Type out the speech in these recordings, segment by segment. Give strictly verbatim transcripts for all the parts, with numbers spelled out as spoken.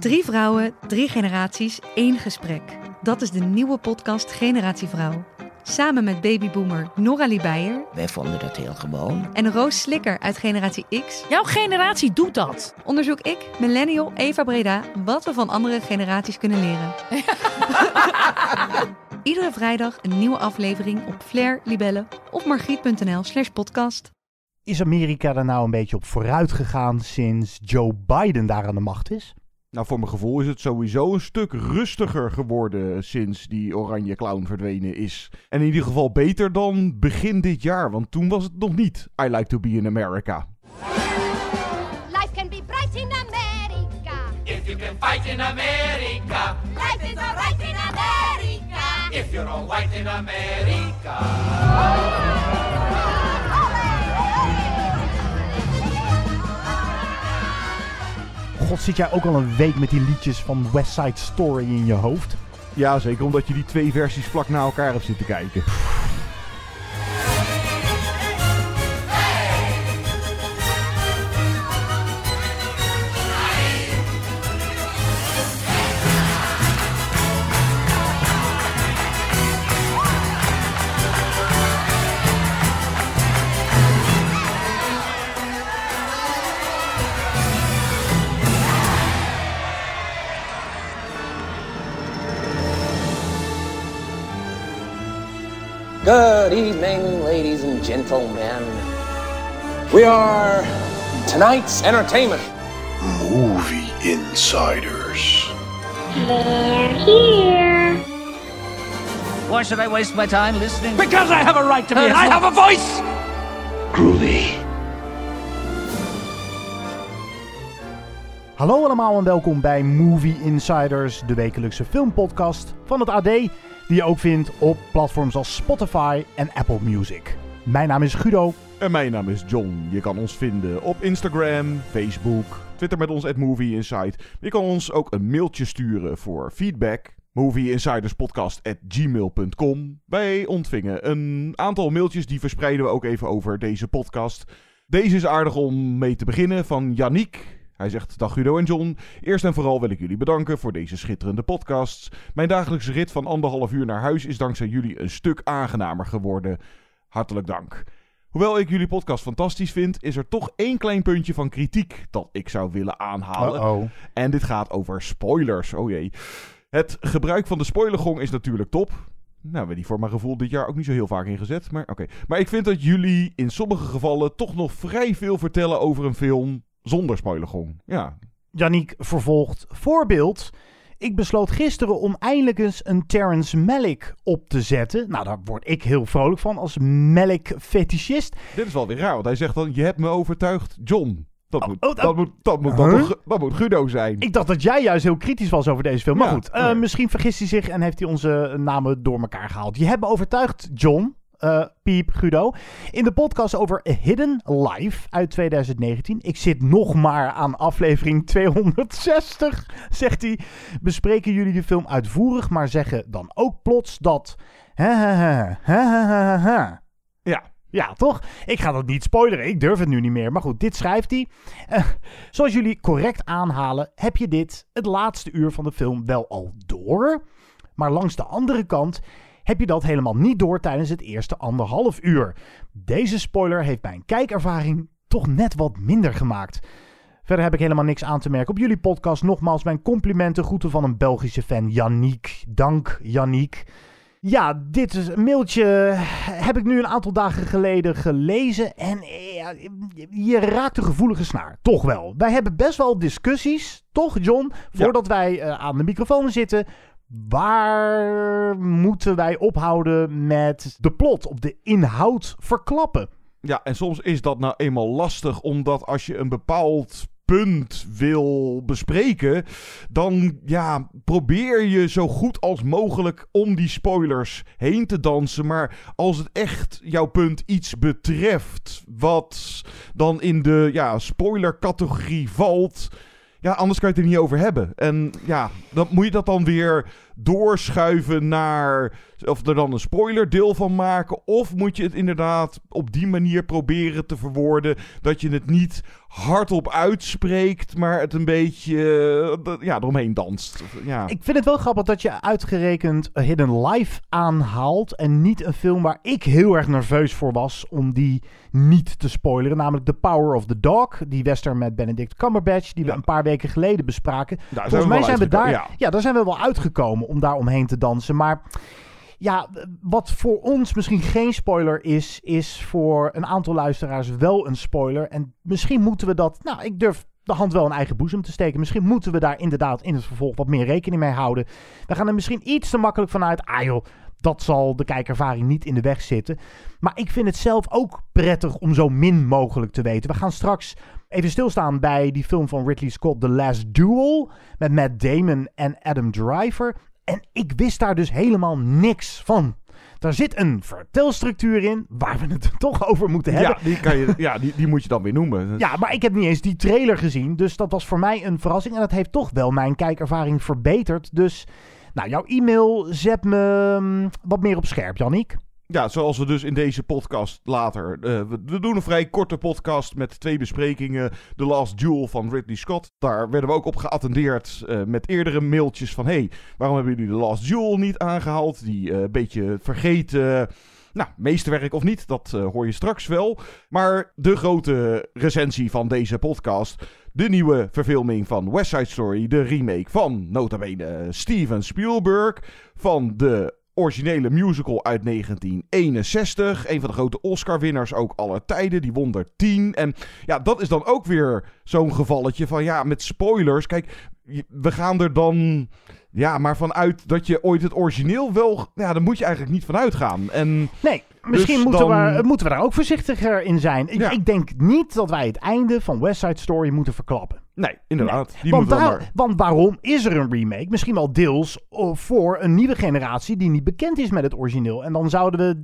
Drie vrouwen, drie generaties, één gesprek. Dat is de nieuwe podcast Generatie Vrouw. Samen met babyboomer Noralie Beijer. Wij vonden dat heel gewoon. En Roos Slikker uit Generatie X. Jouw generatie doet dat. Onderzoek ik, millennial Eva Breda, wat we van andere generaties kunnen leren. Iedere vrijdag een nieuwe aflevering op Flair, Libelle of margriet.nl slash podcast. Is Amerika er nou een beetje op vooruit gegaan sinds Joe Biden daar aan de macht is? Nou, voor mijn gevoel is het sowieso een stuk rustiger geworden sinds die oranje clown verdwenen is. En in ieder geval beter dan begin dit jaar, want toen was het nog niet I like to be in America. Life can be bright in America. If you can fight in America. Life is alright in America. If you're all white in America. God, zit jij ook al een week met die liedjes van West Side Story in je hoofd? Ja, zeker omdat je die twee versies vlak na elkaar hebt zitten kijken. Good evening, ladies and gentlemen. We are tonight's entertainment. Movie Insiders. They're here. Why should I waste my time listening? Because I have a right to be. I have a voice. Groovy. Hallo allemaal en welkom bij Movie Insiders, de wekelijkse filmpodcast van het A D, die je ook vindt op platforms als Spotify en Apple Music. Mijn naam is Guido. En mijn naam is John. Je kan ons vinden op Instagram, Facebook, Twitter met ons at Movie Insight. Je kan ons ook een mailtje sturen voor feedback. movieinsiderspodcast at gmail dot com. Wij ontvingen een aantal mailtjes, die verspreiden we ook even over deze podcast. Deze is aardig om mee te beginnen, van Yannick. Hij zegt: dag Guido en John. Eerst en vooral wil ik jullie bedanken voor deze schitterende podcasts. Mijn dagelijkse rit van anderhalf uur naar huis is dankzij jullie een stuk aangenamer geworden. Hartelijk dank. Hoewel ik jullie podcast fantastisch vind, is er toch één klein puntje van kritiek dat ik zou willen aanhalen. Uh-oh. En dit gaat over spoilers. Oh jee. Het gebruik van de spoilergong is natuurlijk top. Nou, we hebben die voor mijn gevoel dit jaar ook niet zo heel vaak ingezet. Maar oké. Okay. Maar ik vind dat jullie in sommige gevallen toch nog vrij veel vertellen over een film zonder spoilergong. Ja. Yannick vervolgt: voorbeeld. Ik besloot gisteren om eindelijk eens een Terrence Malick op te zetten. Nou, daar word ik heel vrolijk van als Malick-fetischist. Dit is wel weer raar, want hij zegt dan: je hebt me overtuigd, John. Dat, oh, moet, oh, dat, oh. moet, dat, moet, huh? dat, moet, dat moet Guido zijn. Ik dacht dat jij juist heel kritisch was over deze film. Maar ja, goed, uh, ja. misschien vergist hij zich en heeft hij onze namen door elkaar gehaald. Je hebt me overtuigd, John. Uh, piep, Guido. In de podcast over A Hidden Life uit twintig negentien. Ik zit nog maar aan aflevering tweehonderdzestig, zegt hij. Bespreken jullie de film uitvoerig, maar zeggen dan ook plots dat... Ja. Ja, toch? Ik ga dat niet spoileren. Ik durf het nu niet meer. Maar goed, dit schrijft hij. Uh, zoals jullie correct aanhalen, heb je dit, het laatste uur van de film, wel al door. Maar langs de andere kant heb je dat helemaal niet door tijdens het eerste anderhalf uur. Deze spoiler heeft mijn kijkervaring toch net wat minder gemaakt. Verder heb ik helemaal niks aan te merken op jullie podcast. Nogmaals mijn complimenten, groeten van een Belgische fan, Yannick. Dank, Yannick. Ja, dit is een mailtje heb ik nu een aantal dagen geleden gelezen en ja, je raakt de gevoelige snaar. Toch wel. Wij hebben best wel discussies, toch John? Voordat ja. wij uh, aan de microfoon zitten. Waar moeten wij ophouden met de plot of de inhoud verklappen? Ja, en soms is dat nou eenmaal lastig, omdat als je een bepaald punt wil bespreken, dan ja, probeer je zo goed als mogelijk om die spoilers heen te dansen. Maar als het echt jouw punt iets betreft wat dan in de ja, spoilercategorie valt, ja, anders kan je het er niet over hebben. En ja, dan moet je dat dan weer doorschuiven naar... of er dan een spoilerdeel van maken? Of moet je het inderdaad op die manier proberen te verwoorden... dat je het niet hardop uitspreekt... maar het een beetje uh, ja, eromheen danst? Ja. Ik vind het wel grappig dat je uitgerekend Hidden Life aanhaalt... en niet een film waar ik heel erg nerveus voor was... om die niet te spoileren. Namelijk The Power of the Dog. Die western met Benedict Cumberbatch... die we ja. een paar weken geleden bespraken. Daar Volgens mij zijn we daar... Ja. ja, daar zijn we wel uitgekomen om daar omheen te dansen. Maar... ja, wat voor ons misschien geen spoiler is... is voor een aantal luisteraars wel een spoiler. En misschien moeten we dat... nou, ik durf de hand wel in eigen boezem te steken. Misschien moeten we daar inderdaad in het vervolg wat meer rekening mee houden. We gaan er misschien iets te makkelijk vanuit... ah joh, dat zal de kijkervaring niet in de weg zitten. Maar ik vind het zelf ook prettig om zo min mogelijk te weten. We gaan straks even stilstaan bij die film van Ridley Scott... The Last Duel, met Matt Damon en Adam Driver... En ik wist daar dus helemaal niks van. Daar zit een vertelstructuur in waar we het toch over moeten hebben. Ja, die, kan je, ja die, die moet je dan weer noemen. Ja, maar ik heb niet eens die trailer gezien. Dus dat was voor mij een verrassing. En dat heeft toch wel mijn kijkervaring verbeterd. Dus, nou, jouw e-mail zet me wat meer op scherp, Yannick. Ja, zoals we dus in deze podcast later... Uh, we, we doen een vrij korte podcast met twee besprekingen. The Last Duel van Ridley Scott. Daar werden we ook op geattendeerd uh, met eerdere mailtjes van... hey, waarom hebben jullie The Last Duel niet aangehaald? Die een uh, beetje vergeten... Nou, meesterwerk of niet, dat uh, hoor je straks wel. Maar de grote recensie van deze podcast... de nieuwe verfilming van West Side Story... de remake van, nota bene, Steven Spielberg... van de... originele musical uit negentien eenenzestig. Een van de grote Oscar-winnaars ook aller tijden. Die won er tien. En ja, dat is dan ook weer zo'n gevalletje van... ja, met spoilers. Kijk, we gaan er dan... ja, maar vanuit dat je ooit het origineel wel... ja, daar moet je eigenlijk niet van uitgaan. En nee, misschien dus moeten, dan... we, moeten we daar ook voorzichtiger in zijn. Ik, ja. ik denk niet dat wij het einde van West Side Story moeten verklappen. Nee, inderdaad. Nee. Die Want, daar, maar... want waarom is er een remake? Misschien wel deels voor een nieuwe generatie die niet bekend is met het origineel. En dan zouden we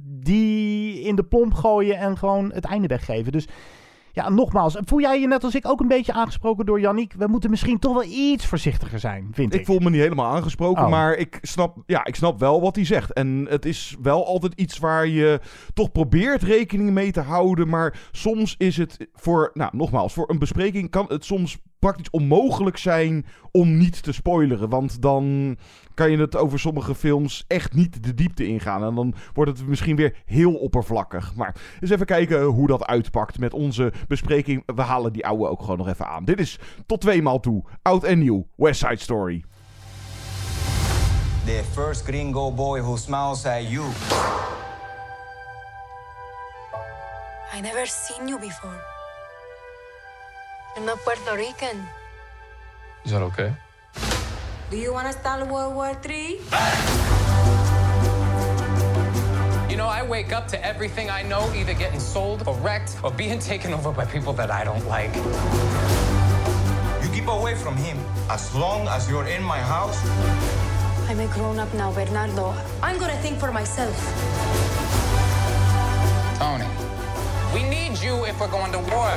die in de plomp gooien en gewoon het einde weggeven. Dus ja, nogmaals, voel jij je net als ik ook een beetje aangesproken door Yannick? We moeten misschien toch wel iets voorzichtiger zijn, vind ik. Ik voel me niet helemaal aangesproken, oh. maar ik snap, ja, ik snap wel wat hij zegt. En het is wel altijd iets waar je toch probeert rekening mee te houden. Maar soms is het voor, nou nogmaals, voor een bespreking kan het soms praktisch onmogelijk zijn om niet te spoileren. Want dan kan je het over sommige films echt niet de diepte ingaan. En dan wordt het misschien weer heel oppervlakkig. Maar eens even kijken hoe dat uitpakt met onze bespreking. We halen die oude ook gewoon nog even aan. Dit is tot tweemaal toe. Oud en nieuw. West Side Story. The first gringo boy who smiles at you. I never seen you before. I'm not Puerto Rican. Is that okay? Do you want to start World War Three? You know, I wake up to everything I know either getting sold or wrecked or being taken over by people that I don't like. You keep away from him as long as you're in my house. I'm a grown-up now, Bernardo. I'm gonna think for myself. Tony, we need you if we're going to war.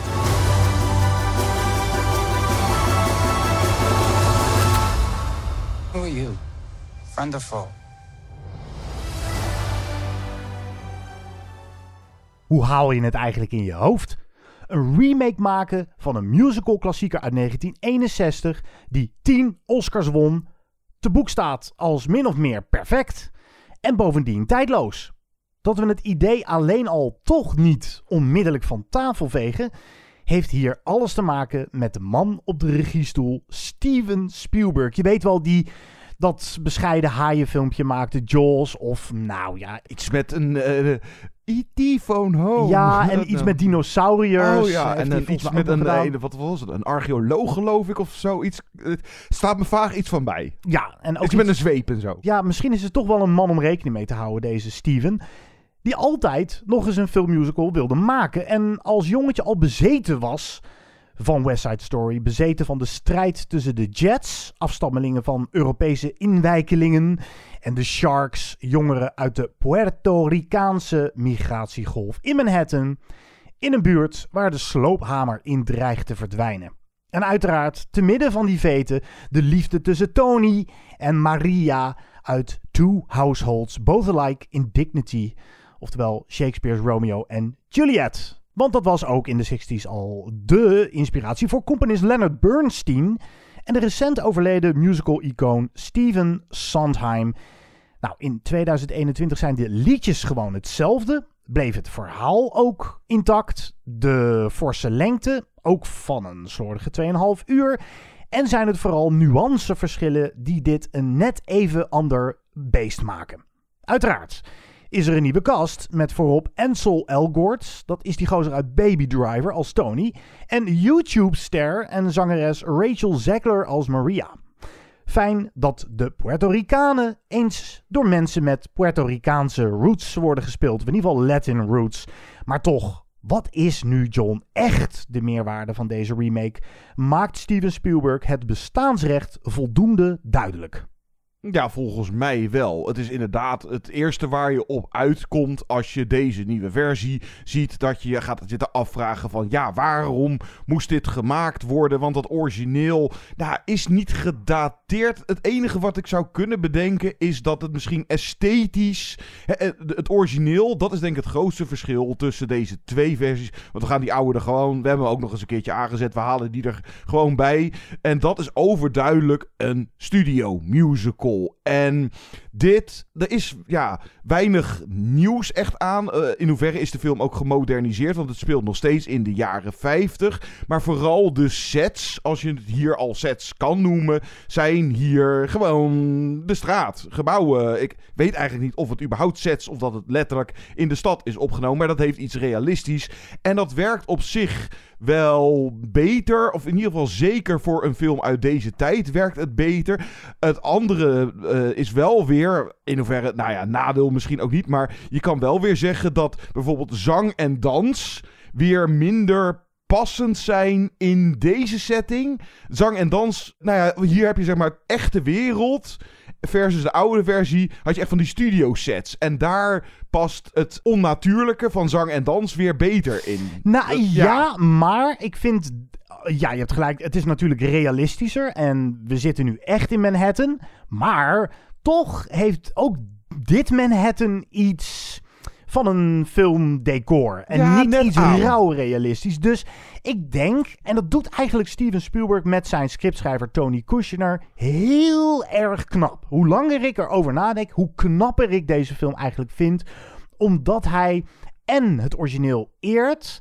Who are you? Friend or foe? Hoe haal je het eigenlijk in je hoofd? Een remake maken van een musical klassieker uit negentien eenenzestig... die tien Oscars won, te boek staat als min of meer perfect... en bovendien tijdloos. Dat we het idee alleen al toch niet onmiddellijk van tafel vegen... heeft hier alles te maken met de man op de regiestoel, Steven Spielberg. Je weet wel, die dat bescheiden haaienfilmpje maakte, Jaws of nou ja... Iets met een uh, E T phone home. Ja, en iets met dinosauriërs. Oh ja, en uh, iets met een, een, wat was het, een archeoloog geloof ik of zoiets. Het staat me vaag iets van bij. Ja, en ook iets, iets met een zweep en zo. Ja, misschien is het toch wel een man om rekening mee te houden, deze Steven... die altijd nog eens een filmmusical wilde maken. En als jongetje al bezeten was van West Side Story. Bezeten van de strijd tussen de Jets, afstammelingen van Europese inwijkelingen, en de Sharks, jongeren uit de Puerto Ricaanse migratiegolf in Manhattan. In een buurt waar de sloophamer in dreigt te verdwijnen. En uiteraard, te midden van die veten, de liefde tussen Tony en Maria, uit Two Households, Both Alike in Dignity. Oftewel Shakespeare's Romeo en Juliet. Want dat was ook in de zestig's al de inspiratie voor componist Leonard Bernstein en de recent overleden musical-icoon Stephen Sondheim. Nou, in tweeduizend eenentwintig zijn de liedjes gewoon hetzelfde. Bleef het verhaal ook intact. De forse lengte, ook van een slordige twee komma vijf uur. En zijn het vooral nuanceverschillen die dit een net even ander beest maken. Uiteraard is er een nieuwe cast met voorop Ansel Elgort. Dat is die gozer uit Baby Driver als Tony. En YouTube-ster en zangeres Rachel Zegler als Maria. Fijn dat de Puerto Ricanen eens door mensen met Puerto Ricaanse roots worden gespeeld. Of in ieder geval Latin roots. Maar toch, wat is nu, John, echt de meerwaarde van deze remake? Maakt Steven Spielberg het bestaansrecht voldoende duidelijk? Ja, volgens mij wel. Het is inderdaad het eerste waar je op uitkomt als je deze nieuwe versie ziet. Dat je gaat zitten afvragen van ja, waarom moest dit gemaakt worden? Want dat origineel nou, is niet gedateerd. Het enige wat ik zou kunnen bedenken is dat het misschien esthetisch... Het origineel, dat is denk ik het grootste verschil tussen deze twee versies. Want we gaan die oude er gewoon... We hebben hem ook nog eens een keertje aangezet. We halen die er gewoon bij. En dat is overduidelijk een studio musical. En dit, er is ja, weinig nieuws echt aan. Uh, in hoeverre is de film ook gemoderniseerd, want het speelt nog steeds in de jaren vijftig. Maar vooral de sets, als je het hier al sets kan noemen, zijn hier gewoon de straat. Gebouwen. Ik weet eigenlijk niet of het überhaupt sets, of dat het letterlijk in de stad is opgenomen. Maar dat heeft iets realistisch. En dat werkt op zich wel beter, of in ieder geval zeker voor een film uit deze tijd werkt het beter. Het andere uh, is wel weer, in hoeverre, nou ja, nadeel misschien ook niet, maar je kan wel weer zeggen dat bijvoorbeeld zang en dans weer minder passend zijn in deze setting. Zang en dans, nou ja, hier heb je zeg maar het echte wereld versus de oude versie, had je echt van die studio sets. En daar past het onnatuurlijke van zang en dans weer beter in. Nou dat, ja. ja, maar ik vind... Ja, je hebt gelijk. Het is natuurlijk realistischer. En we zitten nu echt in Manhattan. Maar toch heeft ook dit Manhattan iets van een filmdecor. En ja, niet iets aan. rauw realistisch. Dus ik denk, en dat doet eigenlijk Steven Spielberg met zijn scriptschrijver Tony Kushner heel erg knap. Hoe langer ik erover nadenk, hoe knapper ik deze film eigenlijk vind. Omdat hij en het origineel eert,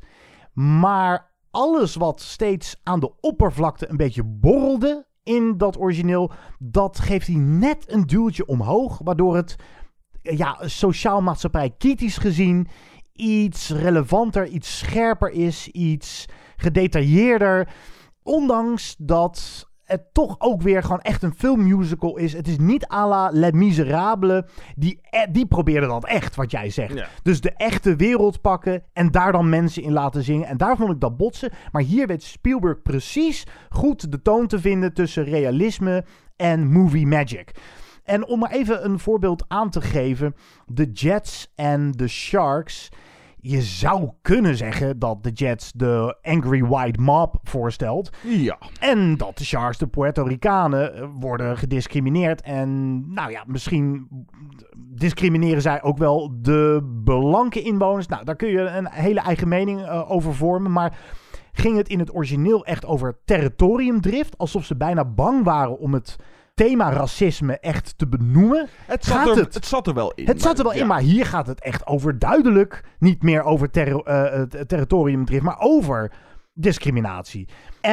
maar alles wat steeds aan de oppervlakte een beetje borrelde in dat origineel, dat geeft hij net een duwtje omhoog, waardoor het ja, sociaal-maatschappij kritisch gezien iets relevanter, iets scherper is, iets gedetailleerder. Ondanks dat het toch ook weer gewoon echt een filmmusical is. Het is niet à la Les Miserables. Die, die probeerde dat echt, wat jij zegt. Ja. Dus de echte wereld pakken en daar dan mensen in laten zingen. En daar vond ik dat botsen. Maar hier weet Spielberg precies goed de toon te vinden tussen realisme en movie magic. En om maar even een voorbeeld aan te geven. De Jets en de Sharks. Je zou kunnen zeggen dat de Jets de Angry White Mob voorstelt. Ja. En dat de Sharks, de Puerto Ricanen, worden gediscrimineerd. En nou ja, misschien discrimineren zij ook wel de blanke inwoners. Nou, daar kun je een hele eigen mening uh, over vormen. Maar ging het in het origineel echt over territoriumdrift? Alsof ze bijna bang waren om het thema racisme echt te benoemen. Het zat, er, het, het zat er wel in. Het zat er wel ja. in, maar hier gaat het echt overduidelijk niet meer over ter, uh, territoriumdrift, maar over discriminatie.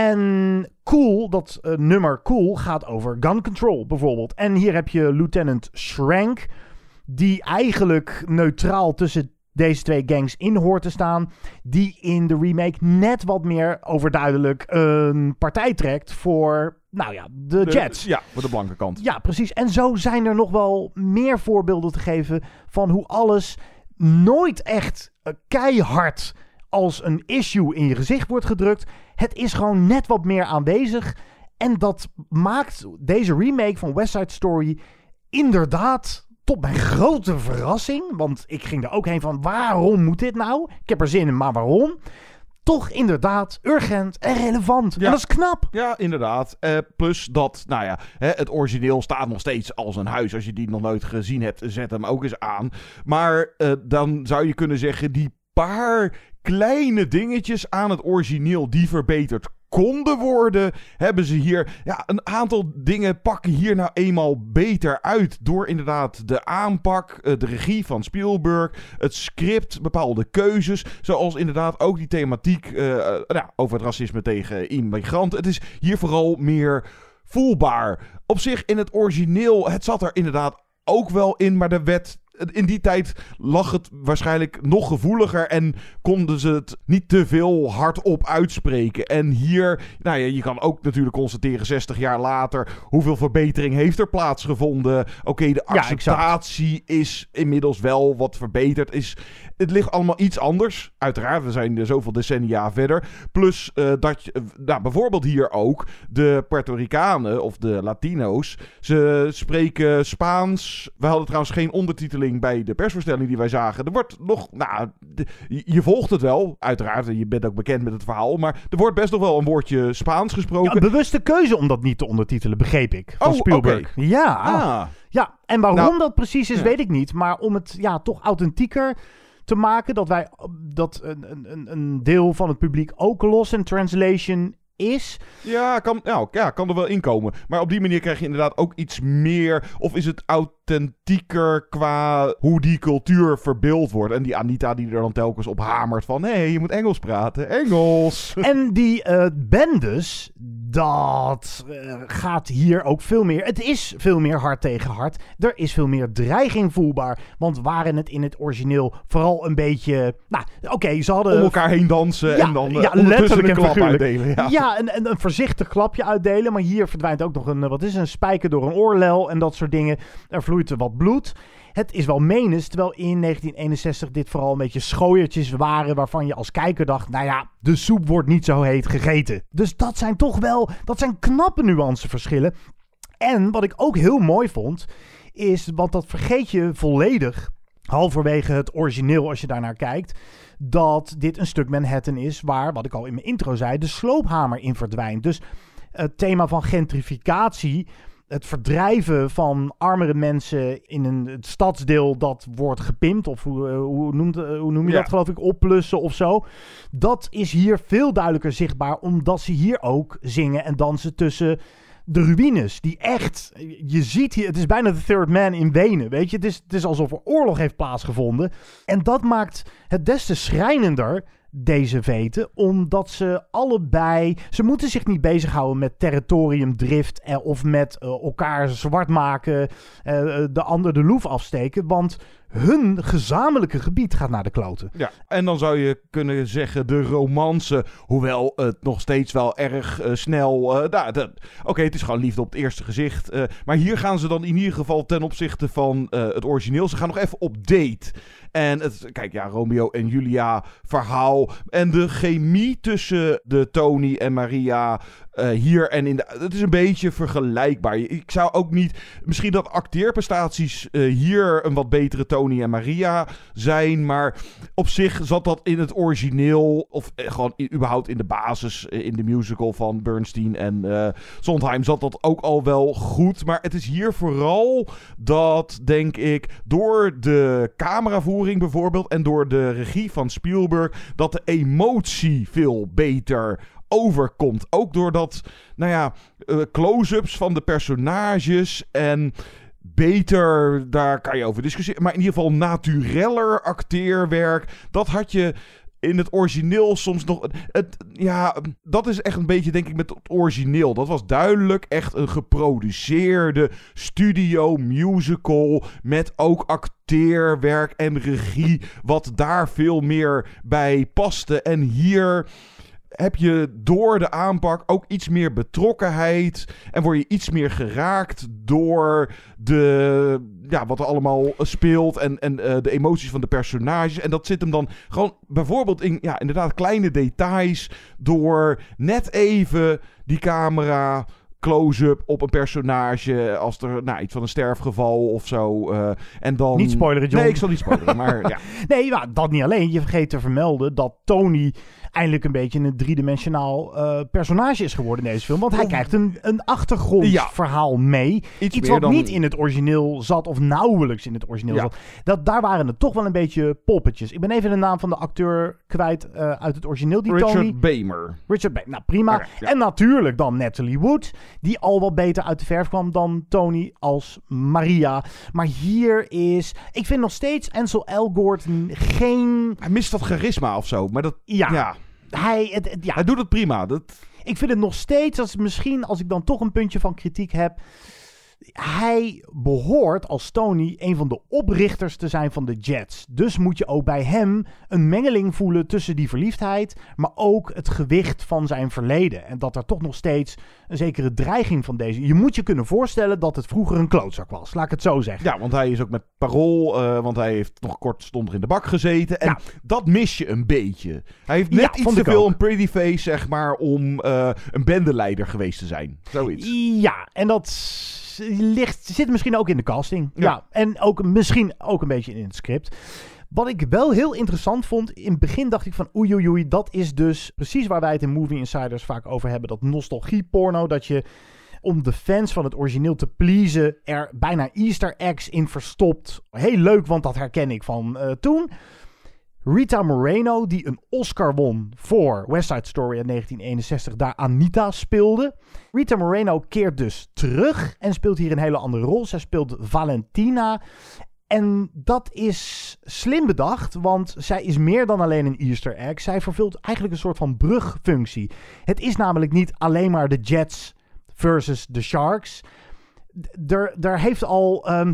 En Cool, dat uh, nummer Cool, gaat over gun control bijvoorbeeld. En hier heb je Lieutenant Schrank, die eigenlijk neutraal tussen deze twee gangs in hoort te staan, die in de remake net wat meer overduidelijk een partij trekt voor, nou ja, de, de Jets. Ja, voor de blanke kant. Ja, precies. En zo zijn er nog wel meer voorbeelden te geven van hoe alles nooit echt keihard als een issue in je gezicht wordt gedrukt. Het is gewoon net wat meer aanwezig. En dat maakt deze remake van West Side Story inderdaad, tot mijn grote verrassing, want ik ging er ook heen van, waarom moet dit nou? Ik heb er zin in, maar waarom? toch inderdaad urgent en relevant. Ja. En dat is knap. Ja, inderdaad. Uh, plus dat, nou ja, hè, het origineel staat nog steeds als een huis. Als je die nog nooit gezien hebt, zet hem ook eens aan. Maar uh, dan zou je kunnen zeggen, die paar kleine dingetjes aan het origineel die verbeterd konden worden, hebben ze hier... Ja, een aantal dingen pakken hier nou eenmaal beter uit. Door inderdaad de aanpak, de regie van Spielberg, het script, bepaalde keuzes. Zoals inderdaad ook die thematiek uh, nou, over het racisme tegen immigranten. Het is hier vooral meer voelbaar. Op zich in het origineel, het zat er inderdaad ook wel in, maar de wet... In die tijd lag het waarschijnlijk nog gevoeliger en konden ze het niet te veel hardop uitspreken. En hier, nou ja, je kan ook natuurlijk constateren, zestig jaar later, hoeveel verbetering heeft er plaatsgevonden. Oké, okay, de acceptatie ja, is inmiddels wel wat verbeterd. Is, het ligt allemaal iets anders. Uiteraard, we zijn er zoveel decennia verder. Plus uh, dat je, uh, nou, bijvoorbeeld hier ook, de Puerto Ricanen of de Latino's, ze spreken Spaans. We hadden trouwens geen ondertiteling bij de persvoorstelling die wij zagen. Er wordt nog, nou, de, je volgt het wel, uiteraard. Je bent ook bekend met het verhaal, maar er wordt best nog wel een woordje Spaans gesproken. Ja, een bewuste keuze om dat niet te ondertitelen, begreep ik, van oh, Spielberg. Okay. Ja, ah. ja, en waarom nou, dat precies is, ja. weet ik niet. Maar om het ja toch authentieker te maken, dat wij dat een, een, een deel van het publiek ook lost in translation is. Ja kan, nou, ja, kan er wel inkomen. Maar op die manier krijg je inderdaad ook iets meer... Of is het authentieker qua hoe die cultuur verbeeld wordt. En die Anita die er dan telkens op hamert van... Hé, hey, je moet Engels praten. Engels! En die uh, bendes, dat uh, gaat hier ook veel meer... Het is veel meer hard tegen hard. Er is veel meer dreiging voelbaar. Want waren het in het origineel vooral een beetje... Nou, oké, okay, ze hadden... Om elkaar heen dansen ja, en dan uh, ja, letterlijk een klap figuurlijk uitdelen. Ja, ja een, een, een voorzichtig klapje uitdelen. Maar hier verdwijnt ook nog een, wat is een spijker door een oorlel en dat soort dingen. Er vloeit er wat bloed. Het is wel menens, terwijl in negentien eenenzestig dit vooral een beetje schooiertjes waren waarvan je als kijker dacht, nou ja, de soep wordt niet zo heet gegeten. Dus dat zijn toch wel, dat zijn knappe nuanceverschillen. En wat ik ook heel mooi vond, is, want dat vergeet je volledig, halverwege het origineel als je daarnaar kijkt, dat dit een stuk Manhattan is waar, wat ik al in mijn intro zei, de sloophamer in verdwijnt. Dus het thema van gentrificatie, het verdrijven van armere mensen in een het stadsdeel dat wordt gepimpt, of hoe, hoe, noemt, hoe noem je ja. dat geloof ik, opplussen of zo. Dat is hier veel duidelijker zichtbaar, omdat ze hier ook zingen en dansen tussen de ruïnes, die echt, je ziet hier, het is bijna de Third Man in Wenen, weet je. Het is, het is alsof er oorlog heeft plaatsgevonden. En dat maakt het des te schrijnender, deze veten, omdat ze allebei, ze moeten zich niet bezighouden met territoriumdrift eh, of met uh, elkaar zwart maken, uh, de ander de loef afsteken, want hun gezamenlijke gebied gaat naar de kloten. Ja, en dan zou je kunnen zeggen de romance, hoewel het nog steeds wel erg uh, snel... Uh, nou, Oké, okay, het is gewoon liefde op het eerste gezicht. Uh, maar hier gaan ze dan in ieder geval ten opzichte van uh, het origineel. Ze gaan nog even op date. En het, kijk, ja, Romeo en Julia verhaal. En de chemie tussen de Tony en Maria uh, hier en in de... Het is een beetje vergelijkbaar. Ik zou ook niet... Misschien dat acteerprestaties uh, hier een wat betere Tony en Maria zijn. Maar op zich zat dat in het origineel. Of uh, gewoon in, überhaupt in de basis. Uh, in de musical van Bernstein en uh, Sondheim zat dat ook al wel goed. Maar het is hier vooral dat, denk ik, door de cameravoering bijvoorbeeld en door de regie van Spielberg, dat de emotie veel beter overkomt. Ook doordat, nou ja, uh, close-ups van de personages en beter, daar kan je over discussiëren, maar in ieder geval natureller acteerwerk, dat had je in het origineel soms nog... Het, ja, dat is echt een beetje, denk ik, met het origineel. Dat was duidelijk echt een geproduceerde studio musical met ook acteerwerk en regie, wat daar veel meer bij paste. En hier heb je door de aanpak ook iets meer betrokkenheid en word je iets meer geraakt door de, ja, wat er allemaal speelt en, en uh, de emoties van de personages. En dat zit hem dan gewoon bijvoorbeeld in, ja, inderdaad kleine details, door net even die camera close-up op een personage als er nou, iets van een sterfgeval of zo. Uh, en dan... Niet spoileren, John. Nee, ik zal niet spoileren, maar ja. Nee, ja, dat niet alleen. Je vergeet te vermelden dat Tony eindelijk een beetje een driedimensionaal uh, personage is geworden in deze film. Want hij oh. krijgt een, een achtergrondverhaal ja. mee. Iets, iets wat dan... niet in het origineel zat of nauwelijks in het origineel ja. zat. Dat, daar waren het toch wel een beetje poppetjes. Ik ben even de naam van de acteur kwijt uh, uit het origineel. Die Richard Tony... Bamer. Richard Bamer. Nou, prima. Okay, ja. En natuurlijk dan Natalie Wood, die al wat beter uit de verf kwam dan Tony als Maria. Maar hier is... Ik vind nog steeds Ansel Elgort geen... Hij mist dat charisma of zo, maar dat... Ja. ja. Hij, het, het, ja. Hij doet het prima. Dat... Ik vind het nog steeds, als misschien als ik dan toch een puntje van kritiek heb... Hij behoort als Tony een van de oprichters te zijn van de Jets. Dus moet je ook bij hem een mengeling voelen tussen die verliefdheid, maar ook het gewicht van zijn verleden. En dat er toch nog steeds een zekere dreiging van deze... Je moet je kunnen voorstellen dat het vroeger een klootzak was. Laat ik het zo zeggen. Ja, want hij is ook met Parool, uh, want hij heeft nog kort stond er in de bak gezeten. En ja. dat mis je een beetje. Hij heeft net ja, iets te veel een pretty face, zeg maar, om uh, een bendeleider geweest te zijn. Zoiets. Ja, en dat... Ligt, zit misschien ook in de casting. Ja. ja. En ook misschien ook een beetje in het script. Wat ik wel heel interessant vond. In het begin dacht ik van oei oei oei. Dat is dus precies waar wij het in Movie Insiders vaak over hebben. Dat nostalgie-porno. Dat je om de fans van het origineel te pleasen er bijna Easter eggs in verstopt. Heel leuk, want dat herken ik van uh, toen. Rita Moreno, die een Oscar won voor West Side Story in negentien eenenzestig, daar Anita speelde. Rita Moreno keert dus terug en speelt hier een hele andere rol. Zij speelt Valentina. En dat is slim bedacht, want zij is meer dan alleen een Easter egg. Zij vervult eigenlijk een soort van brugfunctie. Het is namelijk niet alleen maar de Jets versus de Sharks. Er, er heeft al... Um,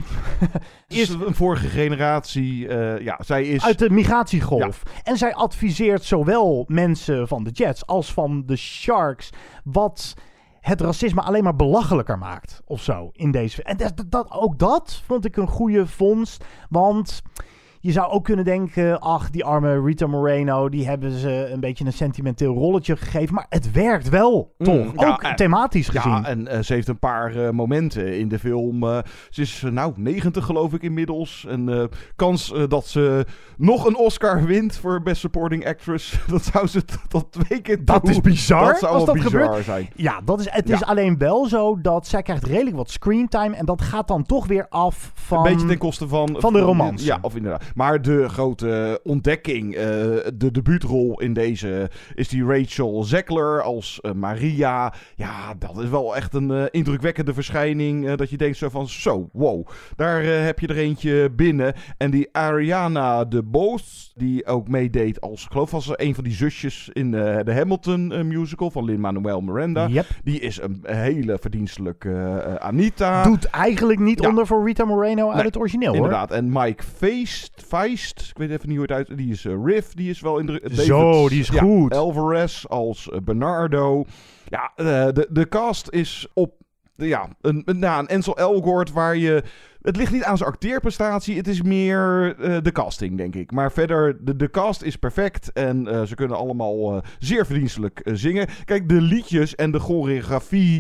is een vorige generatie... Uh, ja, zij is... Uit de migratiegolf. Ja. En zij adviseert zowel mensen van de Jets als van de Sharks... wat het racisme alleen maar belachelijker maakt. Of zo, in deze... En dat, dat, ook dat vond ik een goede vondst. Want... Je zou ook kunnen denken, ach, die arme Rita Moreno, die hebben ze een beetje een sentimenteel rolletje gegeven. Maar het werkt wel, toch? Mm, ja, ook en, thematisch gezien. Ja, en uh, ze heeft een paar uh, momenten in de film. Uh, ze is, uh, nou, negentig geloof ik inmiddels. En uh, kans uh, dat ze nog een Oscar wint voor Best Supporting Actress. Dat zou ze t- tot twee keer doen. Dat is bizar, dat zou als wel dat bizar gebeurt. zijn. Ja, dat is, het ja. is alleen wel zo dat zij krijgt redelijk wat screentime. En dat gaat dan toch weer af van... Een beetje ten koste van... Van de romance. Ja, of inderdaad. Maar de grote ontdekking, uh, de debuutrol in deze, is die Rachel Zegler als uh, Maria. Ja, dat is wel echt een uh, indrukwekkende verschijning. Uh, dat je denkt zo van, zo, wow. Daar uh, heb je er eentje binnen. En die Ariana DeBose, die ook meedeed als, ik geloof als een van die zusjes in uh, de Hamilton uh, musical van Lin-Manuel Miranda. Yep. Die is een hele verdienstelijke uh, Anita. Doet eigenlijk niet ja. onder voor Rita Moreno uit nee, het origineel, inderdaad. hoor. En Mike Feist, Feist, ik weet even niet hoe het uit... Die is uh, Riff, die is wel indruk... Zo, die is ja, goed. Alvarez als uh, Bernardo. Ja, uh, de, de cast is op... Ja, een, een, nou, een Ansel Elgort waar je... Het ligt niet aan zijn acteerprestatie. Het is meer uh, de casting, denk ik. Maar verder, de, de cast is perfect. En uh, ze kunnen allemaal uh, zeer verdienstelijk uh, zingen. Kijk, de liedjes en de choreografie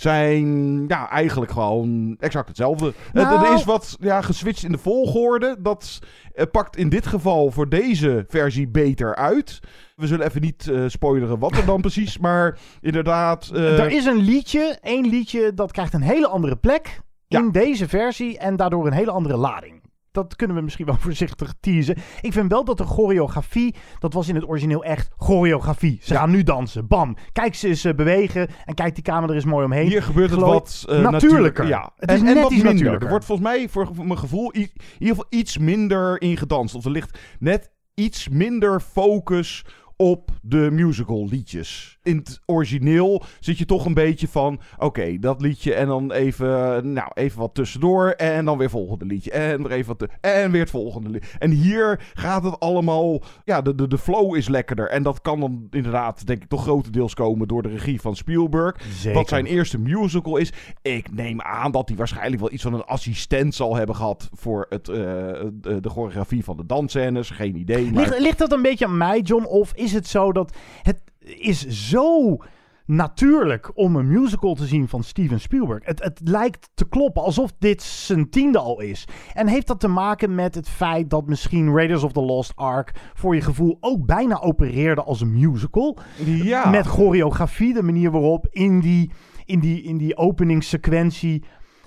zijn ja, eigenlijk gewoon exact hetzelfde. Nou... Uh, er is wat ja, geswitcht in de volgorde. Dat uh, pakt in dit geval voor deze versie beter uit. We zullen even niet uh, spoileren wat er dan precies. Maar inderdaad... Uh... Er is een liedje. Één liedje dat krijgt een hele andere plek. In ja. deze versie en daardoor een hele andere lading. Dat kunnen we misschien wel voorzichtig teasen. Ik vind wel dat de choreografie, dat was in het origineel echt choreografie. Ze ja. gaan nu dansen, bam. Kijk ze eens uh, bewegen en kijk die camera er eens mooi omheen. Hier gebeurt het Geloof wat uh, natuurlijker. natuurlijker. Ja. Het is en, net en wat iets minder. natuurlijker. Er wordt volgens mij, voor mijn gevoel, in ieder geval iets minder in gedanst. Of er ligt net iets minder focus op de musical liedjes. In het origineel zit je toch een beetje van... Oké, okay, dat liedje en dan even... Nou, even wat tussendoor. En dan weer volgende liedje. En er even wat... Te, en weer het volgende liedje. En hier gaat het allemaal... Ja, de, de, de flow is lekkerder. En dat kan dan inderdaad, denk ik, toch grotendeels komen... door de regie van Spielberg. Zeker. Wat zijn eerste musical is. Ik neem aan dat hij waarschijnlijk wel iets van een assistent zal hebben gehad... voor het, uh, de, de choreografie van de dansscènes. Geen idee. Maar... Ligt, ligt dat een beetje aan mij, John? Of is het zo dat het is zo natuurlijk om een musical te zien van Steven Spielberg. Het, het lijkt te kloppen alsof dit zijn tiende al is. En heeft dat te maken met het feit dat misschien Raiders of the Lost Ark voor je gevoel ook bijna opereerde als een musical? Ja. Met choreografie, de manier waarop in die, in die, in die openingssequentie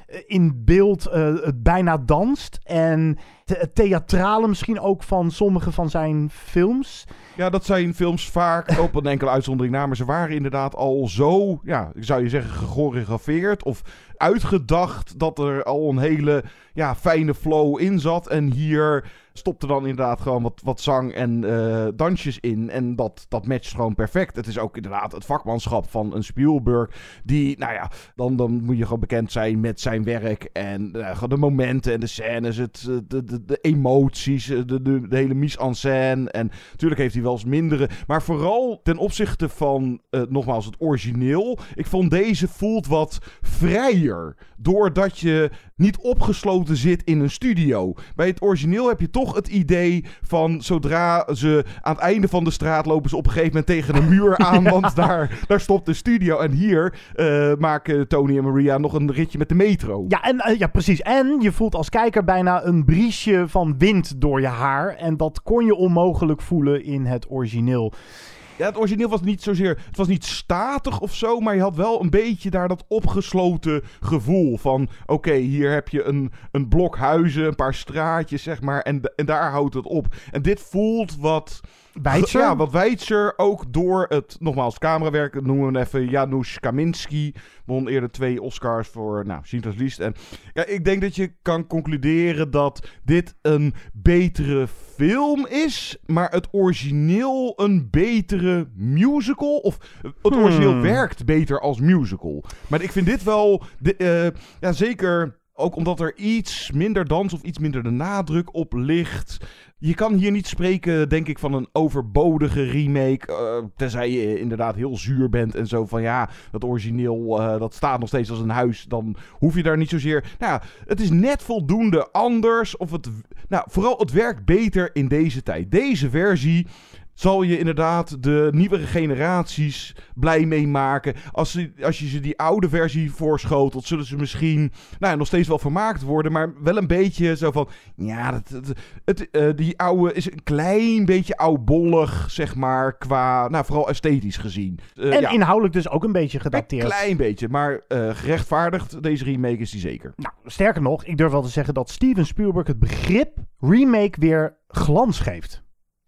in beeld uh, het bijna danst. En het theatrale misschien ook van sommige van zijn films. Ja, dat zijn films vaak op een enkele uitzondering na. Maar ze waren inderdaad al zo, ja, zou je zeggen, gechoreografeerd of uitgedacht dat er al een hele ja, fijne flow in zat. En hier stopte dan inderdaad gewoon wat, wat zang en uh, dansjes in. En dat, dat matcht gewoon perfect. Het is ook inderdaad het vakmanschap van een Spielberg. Die, nou ja, dan, dan moet je gewoon bekend zijn met zijn werk. En uh, de momenten en de scènes, het, de, de, de emoties, de, de, de hele mise en scène. En natuurlijk heeft hij wel eens mindere. Maar vooral ten opzichte van, uh, nogmaals, het origineel. Ik vond deze voelt wat vrijer. Doordat je niet opgesloten zit in een studio. Bij het origineel heb je toch het idee van zodra ze aan het einde van de straat lopen ze op een gegeven moment tegen een muur aan. Ja. Want daar, daar stopt de studio. En hier uh, maken Tony en Maria nog een ritje met de metro. Ja, en, uh, ja, precies. En je voelt als kijker bijna een briesje van wind door je haar. En dat kon je onmogelijk voelen in het origineel. Ja, het origineel was niet zozeer... Het was niet statig of zo, maar je had wel een beetje daar dat opgesloten gevoel van... Oké, okay, hier heb je een, een blok huizen, een paar straatjes, zeg maar, en, en daar houdt het op. En dit voelt wat... Weidser? Ja, wat weidser, ook door het, nogmaals, het camerawerk. Noemen we hem even Janusz Kaminski. Won eerder twee Oscars voor, nou, Schindler's List. En ja, ik denk dat je kan concluderen dat dit een betere film is, maar het origineel een betere musical. Of het hmm. origineel werkt beter als musical. Maar ik vind dit wel, de, uh, ja, zeker... Ook omdat er iets minder dans of iets minder de nadruk op ligt. Je kan hier niet spreken, denk ik, van een overbodige remake. Uh, tenzij je inderdaad heel zuur bent en zo van ja, dat origineel, uh, dat staat nog steeds als een huis. Dan hoef je daar niet zozeer... Nou ja, het is net voldoende anders. Of het, nou, vooral het werkt beter in deze tijd. Deze versie... zal je inderdaad de nieuwere generaties blij mee maken. Als, ze, als je ze die oude versie voorschotelt, zullen ze misschien nou ja, nog steeds wel vermaakt worden, maar wel een beetje zo van, ja, het, het, het, uh, die oude is een klein beetje oudbollig, zeg maar, qua, nou, vooral esthetisch gezien. Uh, en ja. inhoudelijk dus ook een beetje gedateerd. Een klein beetje, maar uh, gerechtvaardigd, deze remake is die zeker. Nou, sterker nog, ik durf wel te zeggen dat Steven Spielberg het begrip remake weer glans geeft.